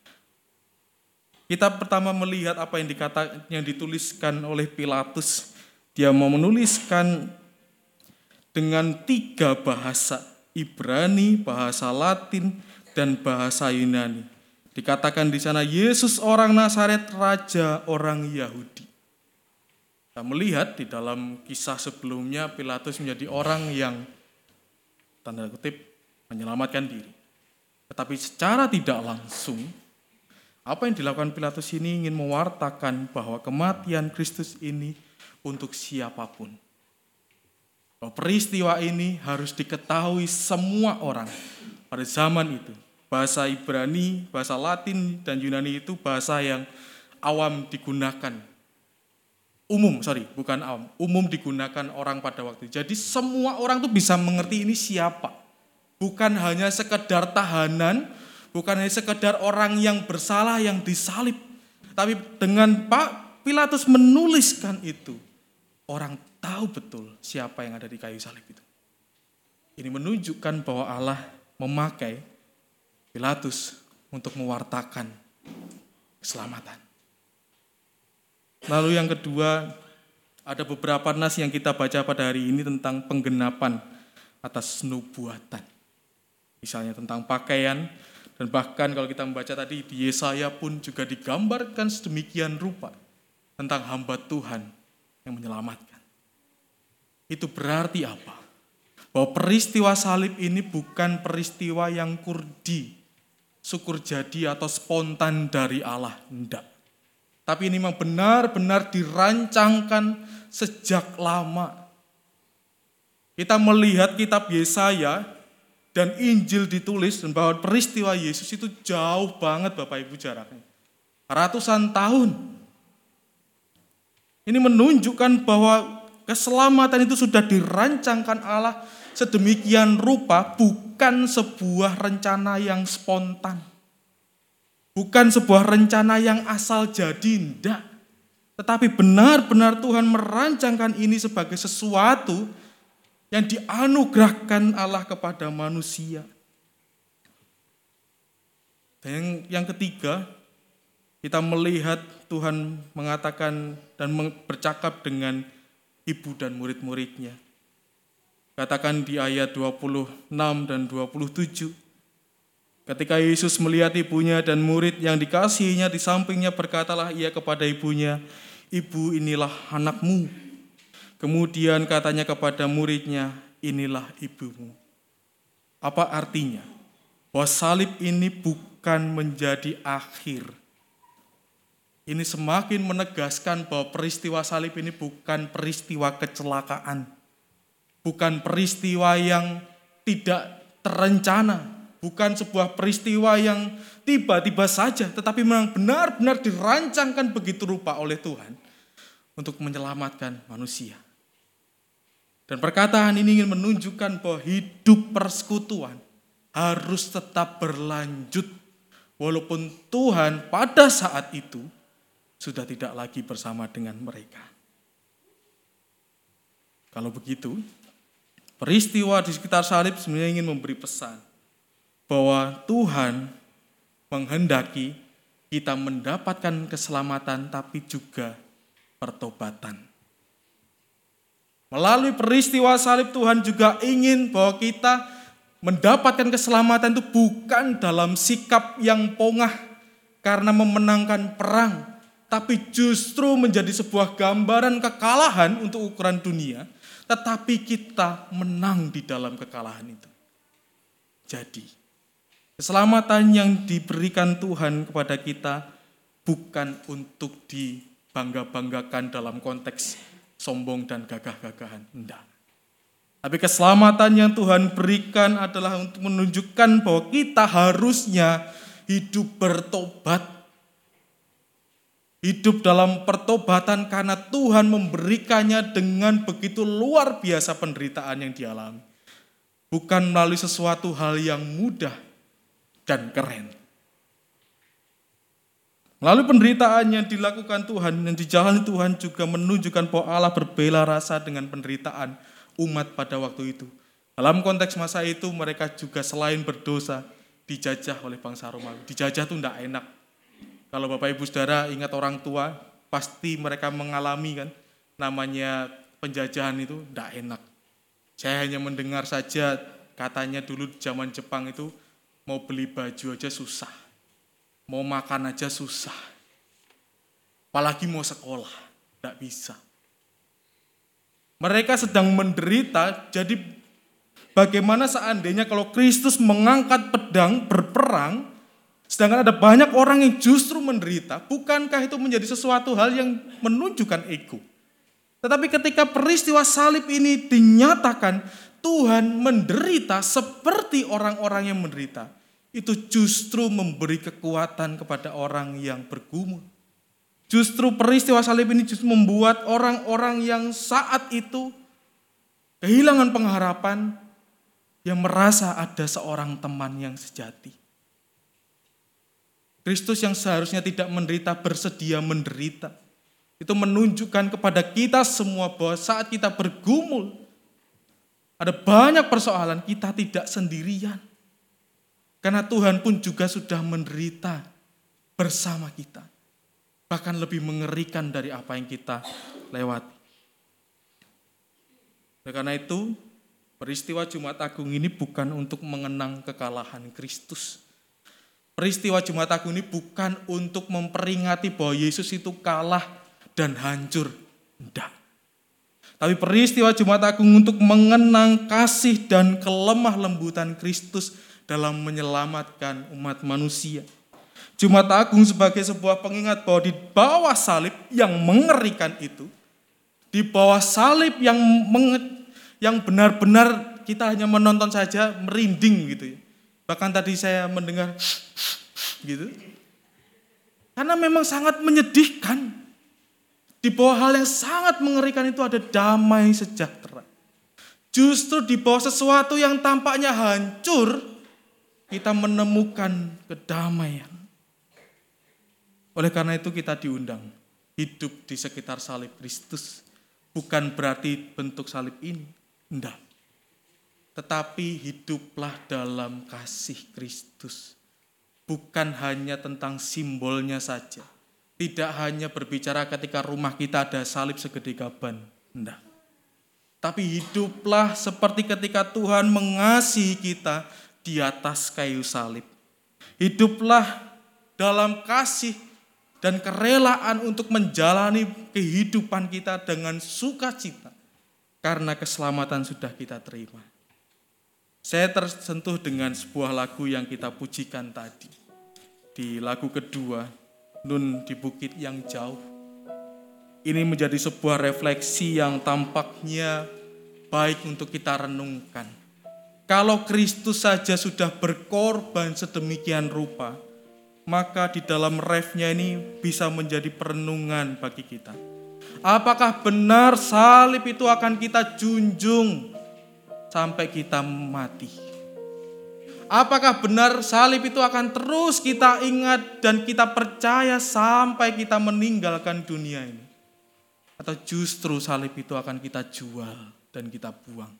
Kita pertama melihat apa yang dituliskan oleh Pilatus. Dia mau menuliskan dengan 3 bahasa, Ibrani, bahasa Latin, dan bahasa Yunani. Dikatakan di sana, Yesus orang Nazaret, Raja orang Yahudi. Kita melihat di dalam kisah sebelumnya, Pilatus menjadi orang yang, tanda kutip, menyelamatkan diri. Tetapi secara tidak langsung, apa yang dilakukan Pilatus ini ingin mewartakan bahwa kematian Kristus ini untuk siapapun. Bahwa peristiwa ini harus diketahui semua orang pada zaman itu. Bahasa Ibrani, bahasa Latin, dan Yunani itu bahasa yang awam digunakan. Umum digunakan orang pada waktu itu. Jadi semua orang tuh bisa mengerti ini siapa. Bukan hanya sekedar tahanan, bukan hanya sekedar orang yang bersalah yang disalib. Tapi dengan Pak Pilatus menuliskan itu, orang tahu betul siapa yang ada di kayu salib itu. Ini menunjukkan bahwa Allah memakai Pilatus untuk mewartakan keselamatan. Lalu yang kedua, ada beberapa nas yang kita baca pada hari ini tentang penggenapan atas nubuatan. Misalnya tentang pakaian, dan bahkan kalau kita membaca tadi di Yesaya pun juga digambarkan sedemikian rupa tentang hamba Tuhan yang menyelamatkan. Itu berarti apa? Bahwa peristiwa salib ini bukan peristiwa yang kurdi, syukur jadi atau spontan dari Allah, enggak. Tapi ini memang benar-benar dirancangkan sejak lama. Kita melihat kitab Yesaya dan Injil ditulis dan bahwa peristiwa Yesus itu jauh banget Bapak Ibu jaraknya. Ratusan tahun Ini menunjukkan bahwa keselamatan itu sudah dirancangkan Allah sedemikian rupa, bukan sebuah rencana yang spontan. Bukan sebuah rencana yang asal jadi, enggak. Tetapi benar-benar Tuhan merancangkan ini sebagai sesuatu yang dianugerahkan Allah kepada manusia. Dan yang ketiga, kita melihat Tuhan mengatakan dan bercakap dengan ibu dan murid-muridnya. Katakan di ayat 26 dan 27. Ketika Yesus melihat ibunya dan murid yang dikasihinya di sampingnya, berkatalah ia kepada ibunya, "Ibu, inilah anakmu." Kemudian katanya kepada muridnya, "Inilah ibumu." Apa artinya? Bahwa salib ini bukan menjadi akhir. Ini semakin menegaskan bahwa peristiwa salib ini bukan peristiwa kecelakaan. Bukan peristiwa yang tidak terencana. Bukan sebuah peristiwa yang tiba-tiba saja. Tetapi memang benar-benar dirancangkan begitu rupa oleh Tuhan untuk menyelamatkan manusia. Dan perkataan ini ingin menunjukkan bahwa hidup persekutuan harus tetap berlanjut. Walaupun Tuhan pada saat itu sudah tidak lagi bersama dengan mereka. Kalau begitu, peristiwa di sekitar salib sebenarnya ingin memberi pesan bahwa Tuhan menghendaki kita mendapatkan keselamatan tapi juga pertobatan. Melalui peristiwa salib Tuhan juga ingin bahwa kita mendapatkan keselamatan itu bukan dalam sikap yang pongah karena memenangkan perang, tapi justru menjadi sebuah gambaran kekalahan untuk ukuran dunia, tetapi kita menang di dalam kekalahan itu. Jadi, keselamatan yang diberikan Tuhan kepada kita bukan untuk dibangga-banggakan dalam konteks sombong dan gagah-gagahan. Tidak. Tapi keselamatan yang Tuhan berikan adalah untuk menunjukkan bahwa kita harusnya hidup bertobat. Hidup dalam pertobatan karena Tuhan memberikannya dengan begitu luar biasa penderitaan yang dialami. Bukan melalui sesuatu hal yang mudah dan keren. Melalui penderitaan yang dilakukan Tuhan, yang dijalani Tuhan juga menunjukkan bahwa Allah berbela rasa dengan penderitaan umat pada waktu itu. Dalam konteks masa itu mereka juga selain berdosa dijajah oleh bangsa Romawi. Dijajah itu tidak enak. Kalau Bapak Ibu Saudara ingat orang tua, pasti mereka mengalami kan namanya penjajahan itu tidak enak. Saya hanya mendengar saja katanya dulu zaman Jepang itu mau beli baju aja susah. Mau makan aja susah. Apalagi mau sekolah, tidak bisa. Mereka sedang menderita, jadi bagaimana seandainya kalau Kristus mengangkat pedang berperang, sedangkan ada banyak orang yang justru menderita, bukankah itu menjadi sesuatu hal yang menunjukkan ego? Tetapi ketika peristiwa salib ini dinyatakan, Tuhan menderita seperti orang-orang yang menderita, itu justru memberi kekuatan kepada orang yang bergumul. Justru peristiwa salib ini justru membuat orang-orang yang saat itu kehilangan pengharapan, yang merasa ada seorang teman yang sejati. Kristus yang seharusnya tidak menderita bersedia menderita. Itu menunjukkan kepada kita semua bahwa saat kita bergumul, ada banyak persoalan, kita tidak sendirian. Karena Tuhan pun juga sudah menderita bersama kita. Bahkan lebih mengerikan dari apa yang kita lewati. Oleh karena itu, peristiwa Jumat Agung ini bukan untuk mengenang kekalahan Kristus. Peristiwa Jumat Agung ini bukan untuk memperingati bahwa Yesus itu kalah dan hancur. Tidak. Tapi peristiwa Jumat Agung untuk mengenang kasih dan kelemah lembutan Kristus dalam menyelamatkan umat manusia. Jumat Agung sebagai sebuah pengingat bahwa di bawah salib yang mengerikan itu, di bawah salib yang benar-benar kita hanya menonton saja merinding gitu ya. Bahkan tadi saya mendengar gitu. Karena memang sangat menyedihkan. Di bawah hal yang sangat mengerikan itu ada damai sejahtera. Justru di bawah sesuatu yang tampaknya hancur, kita menemukan kedamaian. Oleh karena itu kita diundang hidup di sekitar salib Kristus. Bukan berarti bentuk salib ini, enggak. Tetapi hiduplah dalam kasih Kristus. Bukan hanya tentang simbolnya saja. Tidak hanya berbicara ketika rumah kita ada salib segede gaban. Enggak. Tapi hiduplah seperti ketika Tuhan mengasihi kita di atas kayu salib. Hiduplah dalam kasih dan kerelaan untuk menjalani kehidupan kita dengan sukacita. Karena keselamatan sudah kita terima. Saya tersentuh dengan sebuah lagu yang kita pujikan tadi. Di lagu kedua, Nun di Bukit yang Jauh. Ini menjadi sebuah refleksi yang tampaknya baik untuk kita renungkan. Kalau Kristus saja sudah berkorban sedemikian rupa, maka di dalam refnya ini bisa menjadi perenungan bagi kita. Apakah benar salib itu akan kita junjung sampai kita mati? Apakah benar salib itu akan terus kita ingat dan kita percaya sampai kita meninggalkan dunia ini? Atau justru salib itu akan kita jual dan kita buang?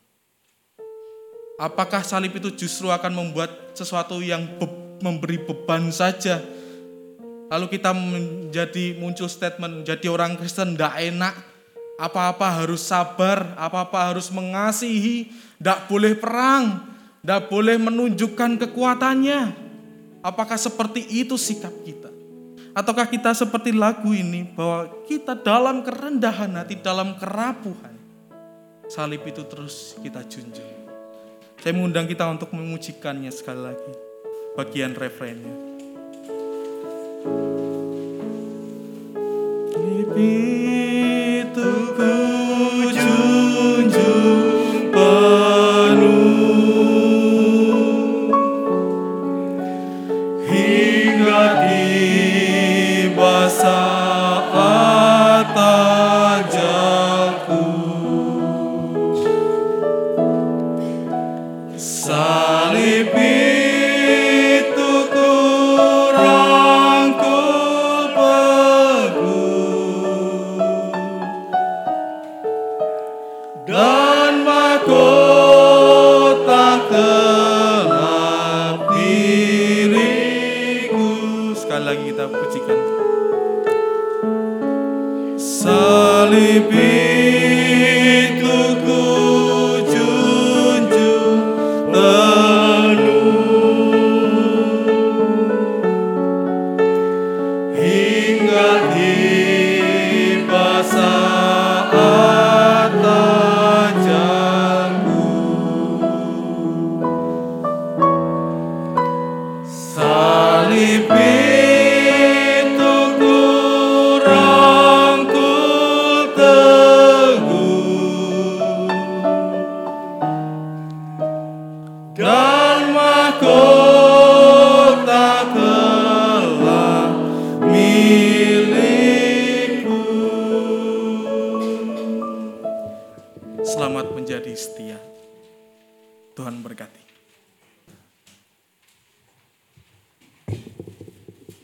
Apakah salib itu justru akan membuat sesuatu yang memberi beban saja? Lalu kita muncul statement, jadi orang Kristen tidak enak, apa-apa harus sabar, apa-apa harus mengasihi, tidak boleh perang, tidak boleh menunjukkan kekuatannya. Apakah seperti itu sikap kita? Ataukah kita seperti lagu ini, bahwa kita dalam kerendahan hati, dalam kerapuhan, salib itu terus kita junjung. Saya mengundang kita untuk memujikannya sekali lagi. Bagian refrennya. Salib itu ku junjung penuh hingga tiba saat ajalku. Salib itu ku rangkul peguh dan mahkota gelap diriku. Sekali lagi kita pujikan. Salib itu ku junjung penuh hingga tiba saat ajalku. Salib itu ku rangkul teguh dan mahkota telah milikku. Selamat menjadi setia. Tuhan berkati.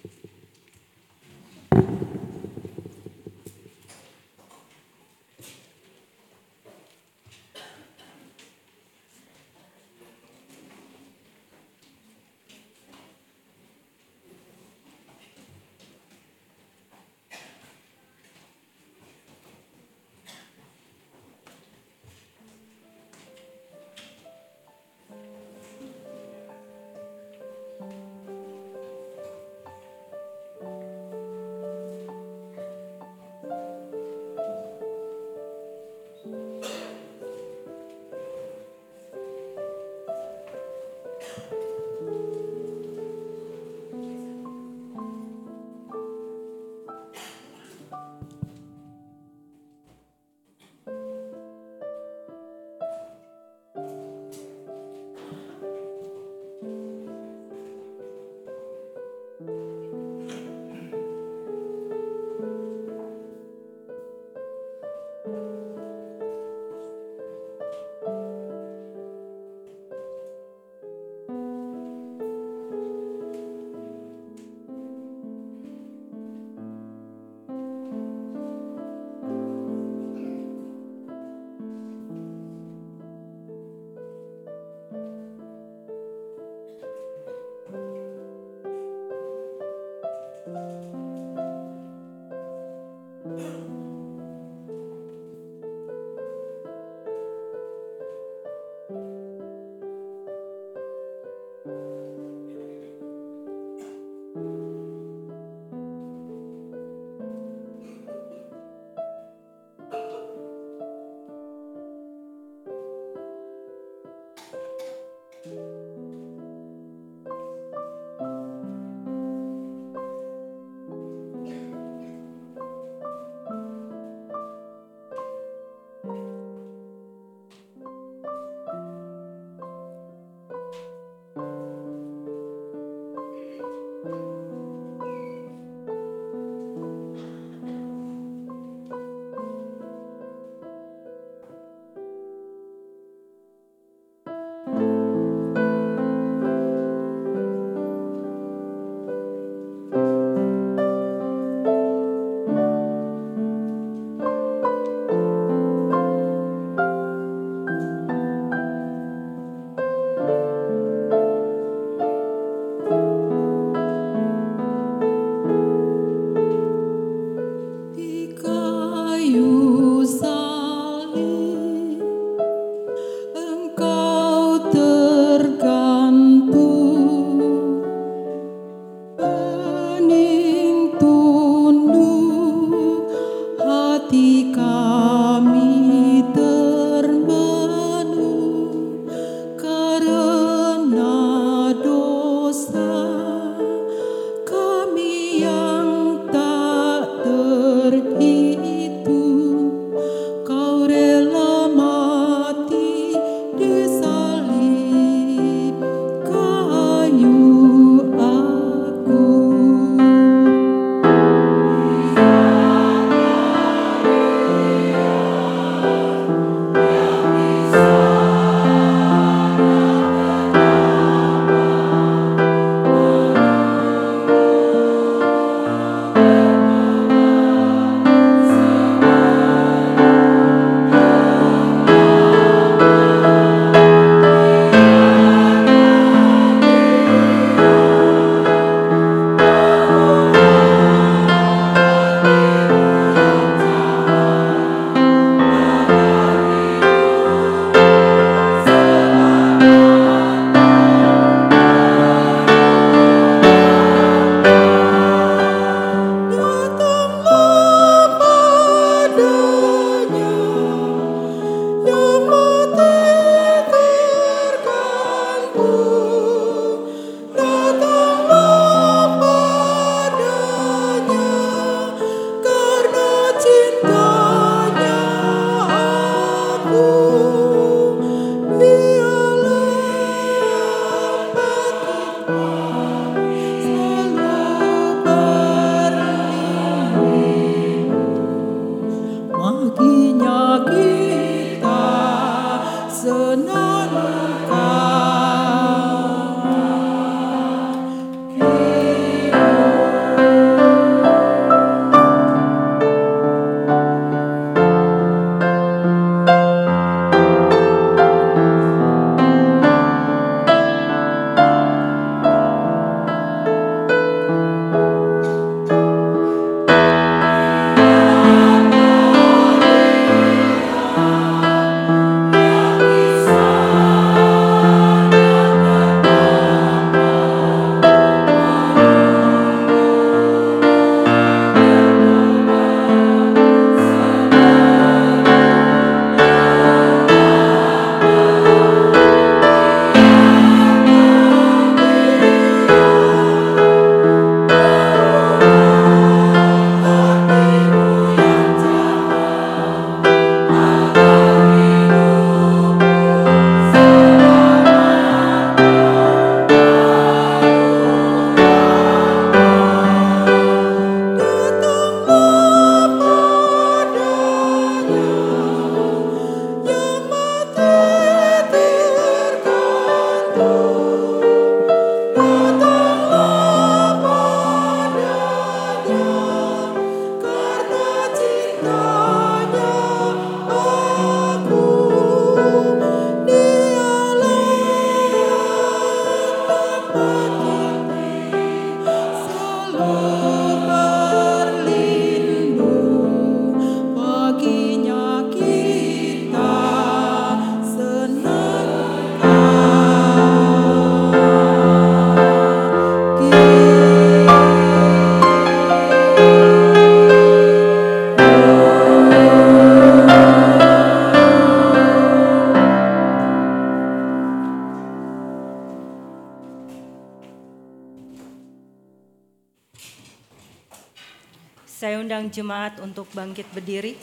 Saya undang jemaat untuk bangkit berdiri.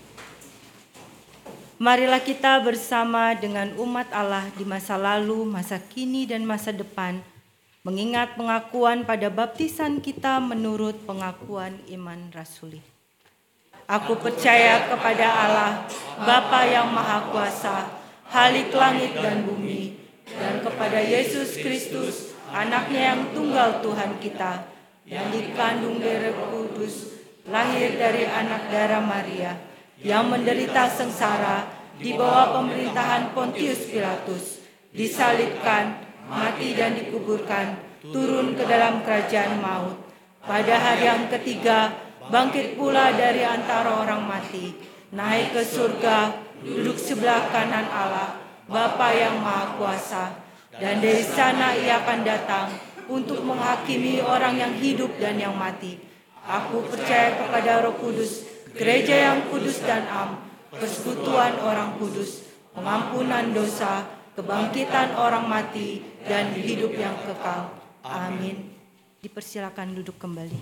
Marilah kita bersama dengan umat Allah di masa lalu, masa kini, dan masa depan mengingat pengakuan pada baptisan kita menurut pengakuan iman rasuli. Aku percaya kepada Allah, Bapa yang Maha Kuasa, Khalik langit dan bumi, dan kepada Yesus Kristus, anaknya yang tunggal Tuhan kita, yang dikandung dari Roh Kudus, lahir dari anak darah Maria, yang menderita sengsara di bawah pemerintahan Pontius Pilatus, disalibkan, mati dan dikuburkan, turun ke dalam kerajaan maut. Pada hari yang ketiga, bangkit pula dari antara orang mati, naik ke surga, duduk sebelah kanan Allah, Bapa yang Maha Kuasa, dan dari sana ia akan datang untuk menghakimi orang yang hidup dan yang mati. Aku percaya kepada Roh Kudus, gereja yang kudus dan am, persekutuan orang kudus, pengampunan dosa, kebangkitan orang mati, dan hidup yang kekal. Amin. Dipersilakan duduk kembali.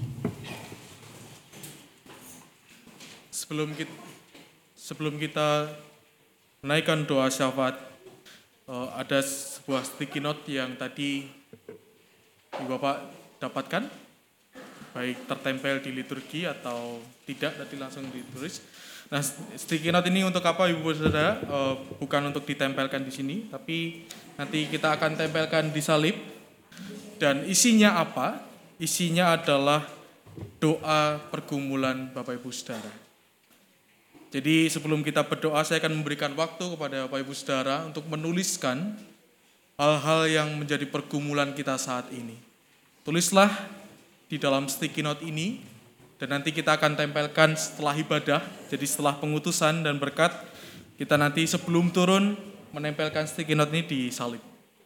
Sebelum kita menaikkan doa syafaat, ada sebuah sticky note yang tadi Ibu Bapak dapatkan, baik tertempel di liturgi atau tidak, tadi langsung ditulis. Nah, sticky note ini untuk apa Ibu Saudara? Bukan untuk ditempelkan di sini, tapi nanti kita akan tempelkan di salib. Dan isinya apa? Isinya adalah doa pergumulan Bapak Ibu Saudara. Jadi sebelum kita berdoa, saya akan memberikan waktu kepada Bapak Ibu Saudara untuk menuliskan hal-hal yang menjadi pergumulan kita saat ini. Tulislah di dalam sticky note ini, dan nanti kita akan tempelkan setelah ibadah. Jadi setelah pengutusan dan berkat, kita nanti sebelum turun menempelkan sticky note ini di salib.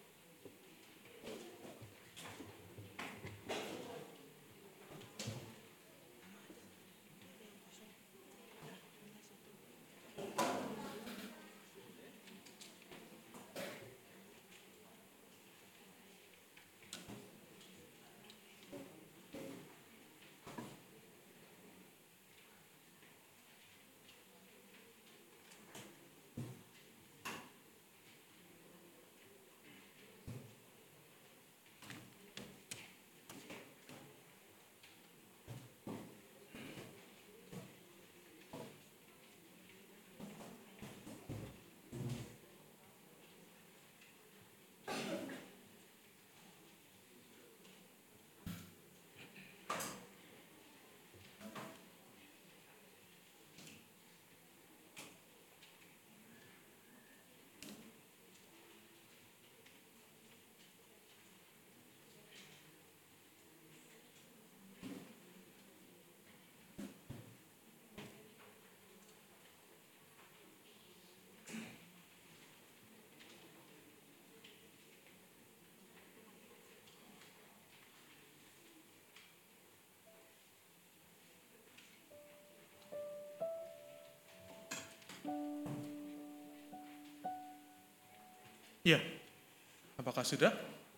Ya, apakah sudah?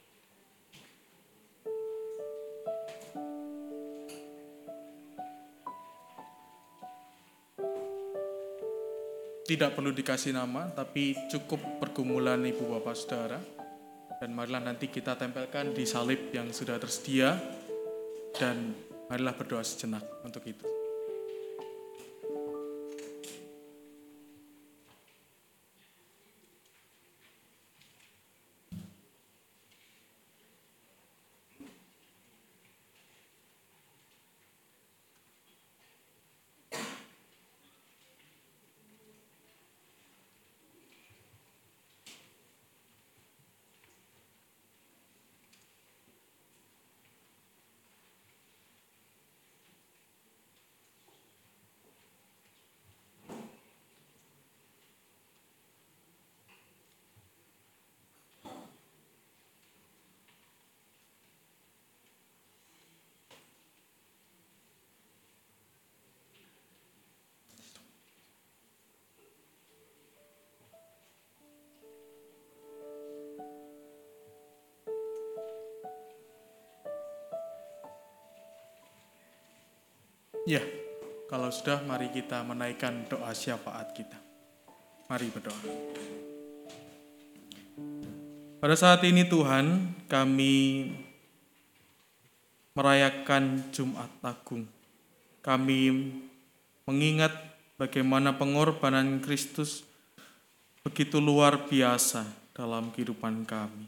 Tidak perlu dikasih nama, tapi cukup pergumulan Ibu Bapak Saudara. Dan marilah nanti kita tempelkan di salib yang sudah tersedia, dan marilah berdoa sejenak untuk itu. Ya, kalau sudah, mari kita menaikkan doa syafaat kita. Mari berdoa. Pada saat ini Tuhan, kami merayakan Jumat Agung. Kami mengingat bagaimana pengorbanan Kristus begitu luar biasa dalam kehidupan kami.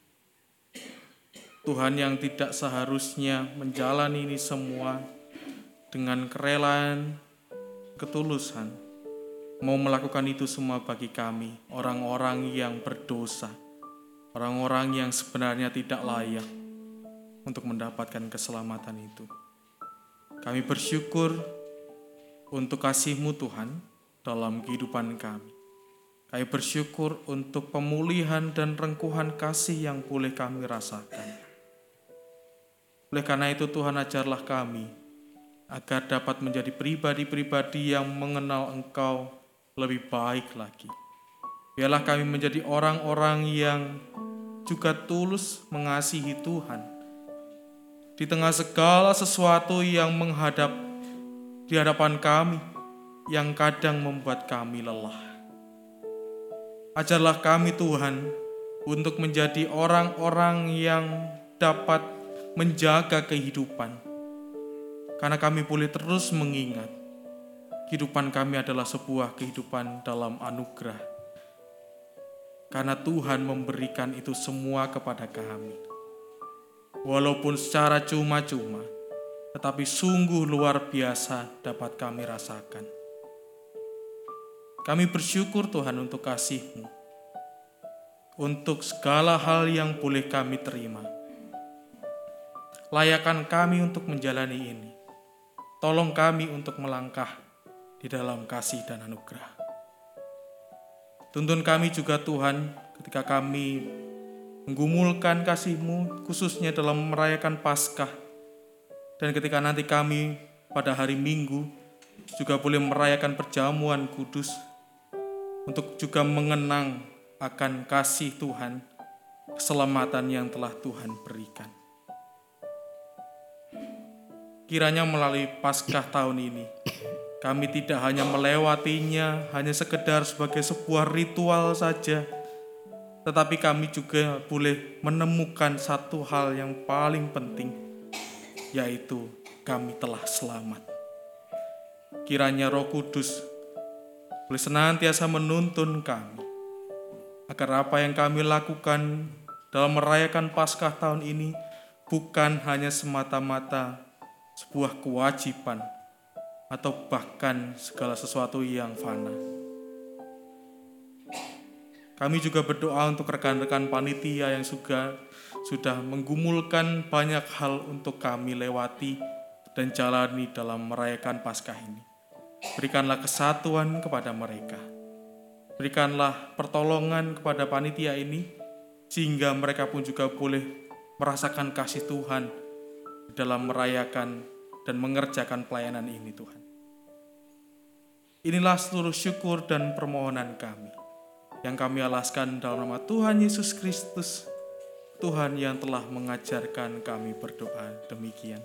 Tuhan yang tidak seharusnya menjalani ini semua dengan kerelaan, ketulusan, mau melakukan itu semua bagi kami, orang-orang yang berdosa, orang-orang yang sebenarnya tidak layak untuk mendapatkan keselamatan itu. Kami bersyukur untuk kasih-Mu Tuhan dalam kehidupan kami. Kami bersyukur untuk pemulihan dan rengkuhan kasih yang boleh kami rasakan. Oleh karena itu Tuhan, ajarlah kami agar dapat menjadi pribadi-pribadi yang mengenal Engkau lebih baik lagi. Biarlah kami menjadi orang-orang yang juga tulus mengasihi Tuhan di tengah segala sesuatu yang di hadapan kami, yang kadang membuat kami lelah. Ajarlah kami Tuhan untuk menjadi orang-orang yang dapat menjaga kehidupan, karena kami boleh terus mengingat kehidupan kami adalah sebuah kehidupan dalam anugerah, karena Tuhan memberikan itu semua kepada kami. Walaupun secara cuma-cuma, tetapi sungguh luar biasa dapat kami rasakan. Kami bersyukur Tuhan untuk kasih-Mu, untuk segala hal yang boleh kami terima. Layakan kami untuk menjalani ini. Tolong kami untuk melangkah di dalam kasih dan anugerah. Tuntun kami juga Tuhan ketika kami menggumulkan kasih-Mu, khususnya dalam merayakan Paskah. Dan ketika nanti kami pada hari Minggu juga boleh merayakan perjamuan kudus, untuk juga mengenang akan kasih Tuhan, keselamatan yang telah Tuhan berikan. Kiranya melalui Paskah tahun ini, kami tidak hanya melewatinya hanya sekedar sebagai sebuah ritual saja, tetapi kami juga boleh menemukan satu hal yang paling penting, yaitu kami telah selamat. Kiranya Roh Kudus boleh senantiasa menuntun kami, agar apa yang kami lakukan dalam merayakan Paskah tahun ini bukan hanya semata-mata sebuah kewajiban atau bahkan segala sesuatu yang fana. Kami juga berdoa untuk rekan-rekan panitia yang sudah menggumulkan banyak hal untuk kami lewati dan jalani dalam merayakan Paskah ini. Berikanlah kesatuan kepada mereka. Berikanlah pertolongan kepada panitia ini, sehingga mereka pun juga boleh merasakan kasih Tuhan dalam merayakan dan mengerjakan pelayanan ini Tuhan. Inilah seluruh syukur dan permohonan kami, yang kami alaskan dalam nama Tuhan Yesus Kristus, Tuhan yang telah mengajarkan kami berdoa demikian.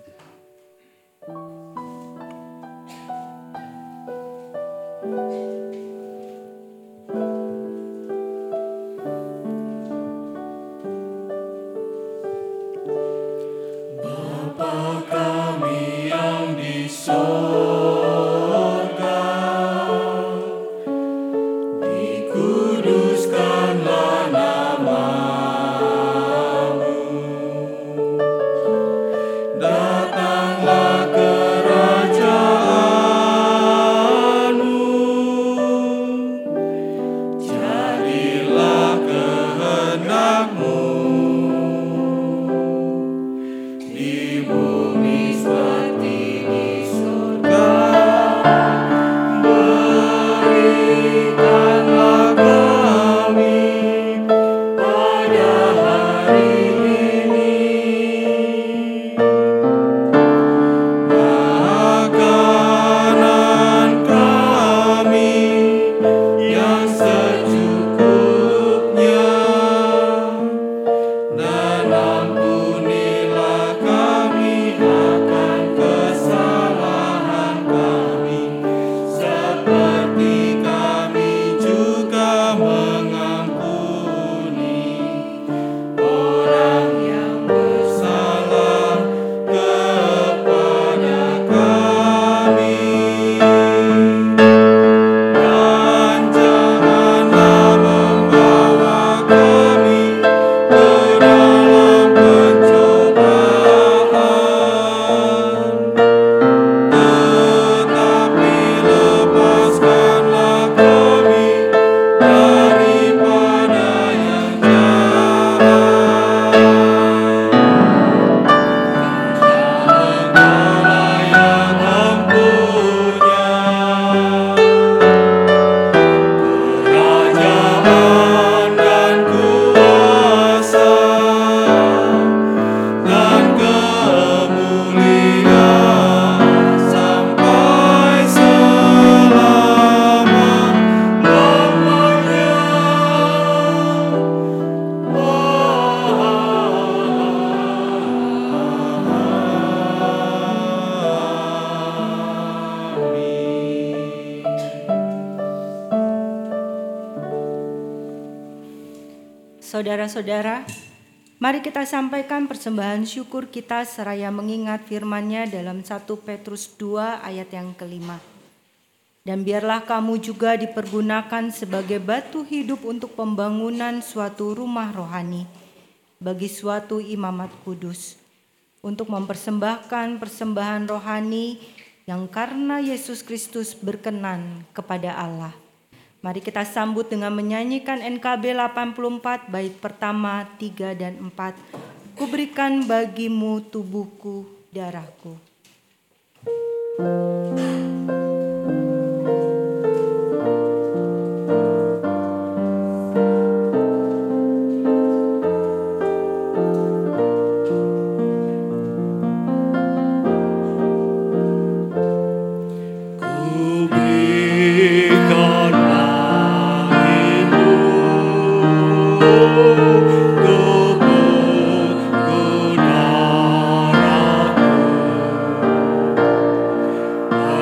Dan ampunilah kami Saudara-saudara, mari kita sampaikan persembahan syukur kita seraya mengingat firman-Nya dalam 1 Petrus 2 ayat yang kelima. Dan biarlah kamu juga dipergunakan sebagai batu hidup untuk pembangunan suatu rumah rohani bagi suatu imamat kudus, untuk mempersembahkan persembahan rohani yang karena Yesus Kristus berkenan kepada Allah. Mari kita sambut dengan menyanyikan NKB 84 bait pertama, 3 dan 4. Kuberikan bagimu tubuhku, darahku. Ku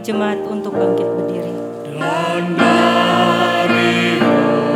jemaat untuk bangkit berdiri. Dan darimu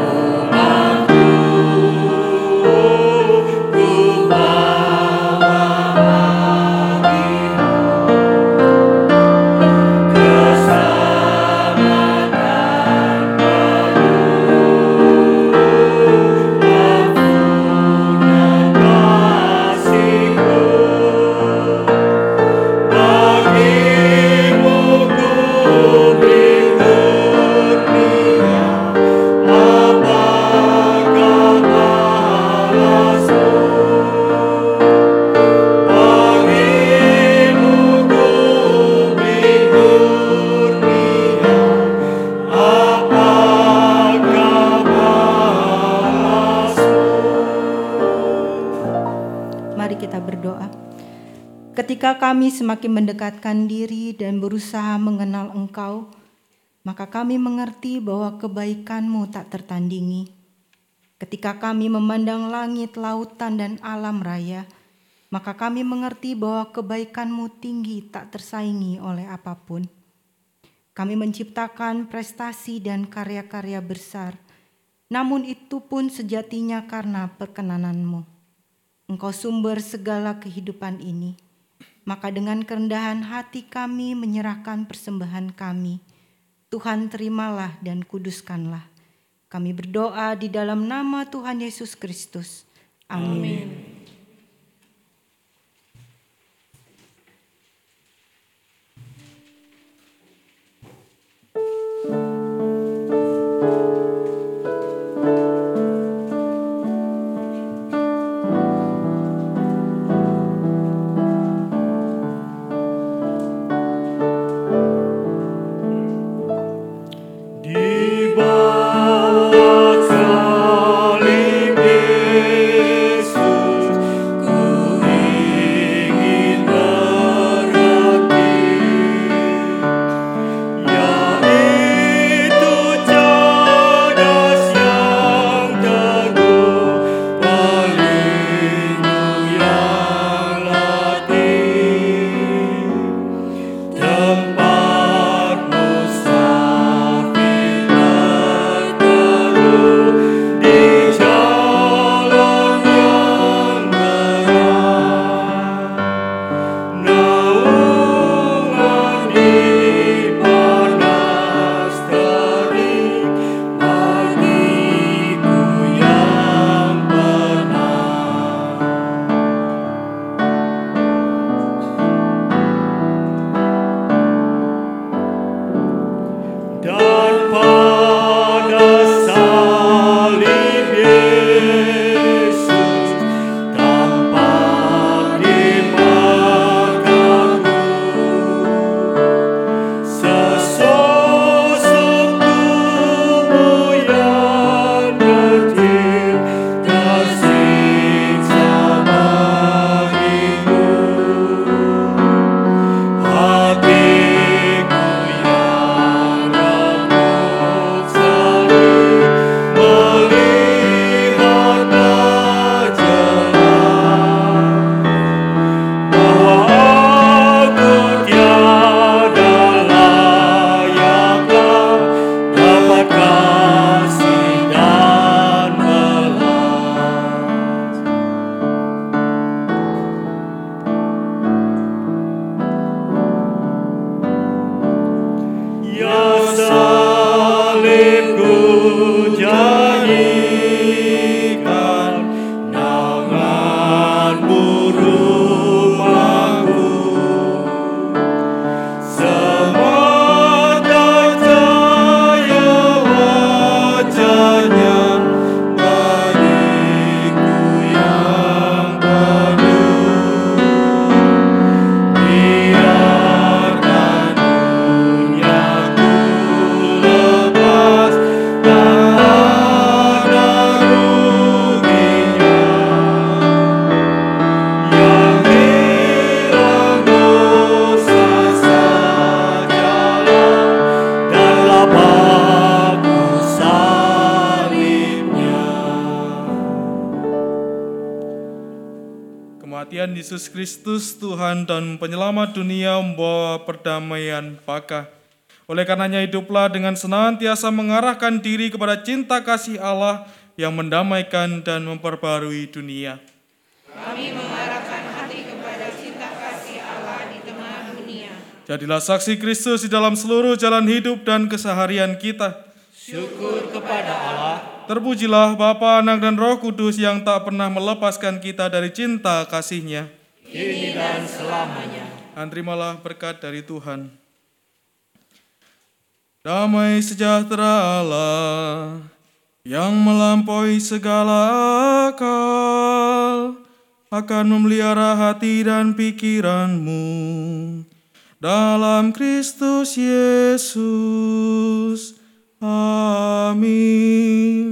Ketika kami semakin mendekatkan diri dan berusaha mengenal Engkau, maka kami mengerti bahwa kebaikan-Mu tak tertandingi. Ketika kami memandang langit, lautan, dan alam raya, maka kami mengerti bahwa kebaikan-Mu tinggi tak tersaingi oleh apapun. Kami menciptakan prestasi dan karya-karya besar, namun itu pun sejatinya karena perkenanan-Mu. Engkau sumber segala kehidupan ini. Maka dengan kerendahan hati kami menyerahkan persembahan kami. Tuhan terimalah dan kuduskanlah. Kami berdoa di dalam nama Tuhan Yesus Kristus. Amin. Yesus Kristus, Tuhan dan Penyelamat dunia, membawa perdamaian, apakah Oleh karenanya hiduplah dengan senantiasa mengarahkan diri kepada cinta kasih Allah yang mendamaikan dan memperbarui dunia. Kami mengarahkan hati kepada cinta kasih Allah di tengah dunia. Jadilah saksi Kristus di dalam seluruh jalan hidup dan keseharian kita. Syukur kepada Allah. Terpujilah Bapa, Anak, dan Roh Kudus yang tak pernah melepaskan kita dari cinta kasih-Nya. Kini dan selamanya. Dan terimalah berkat dari Tuhan. Damai sejahtera Allah yang melampaui segala akal akan memelihara hati dan pikiranmu dalam Kristus Yesus. Amin.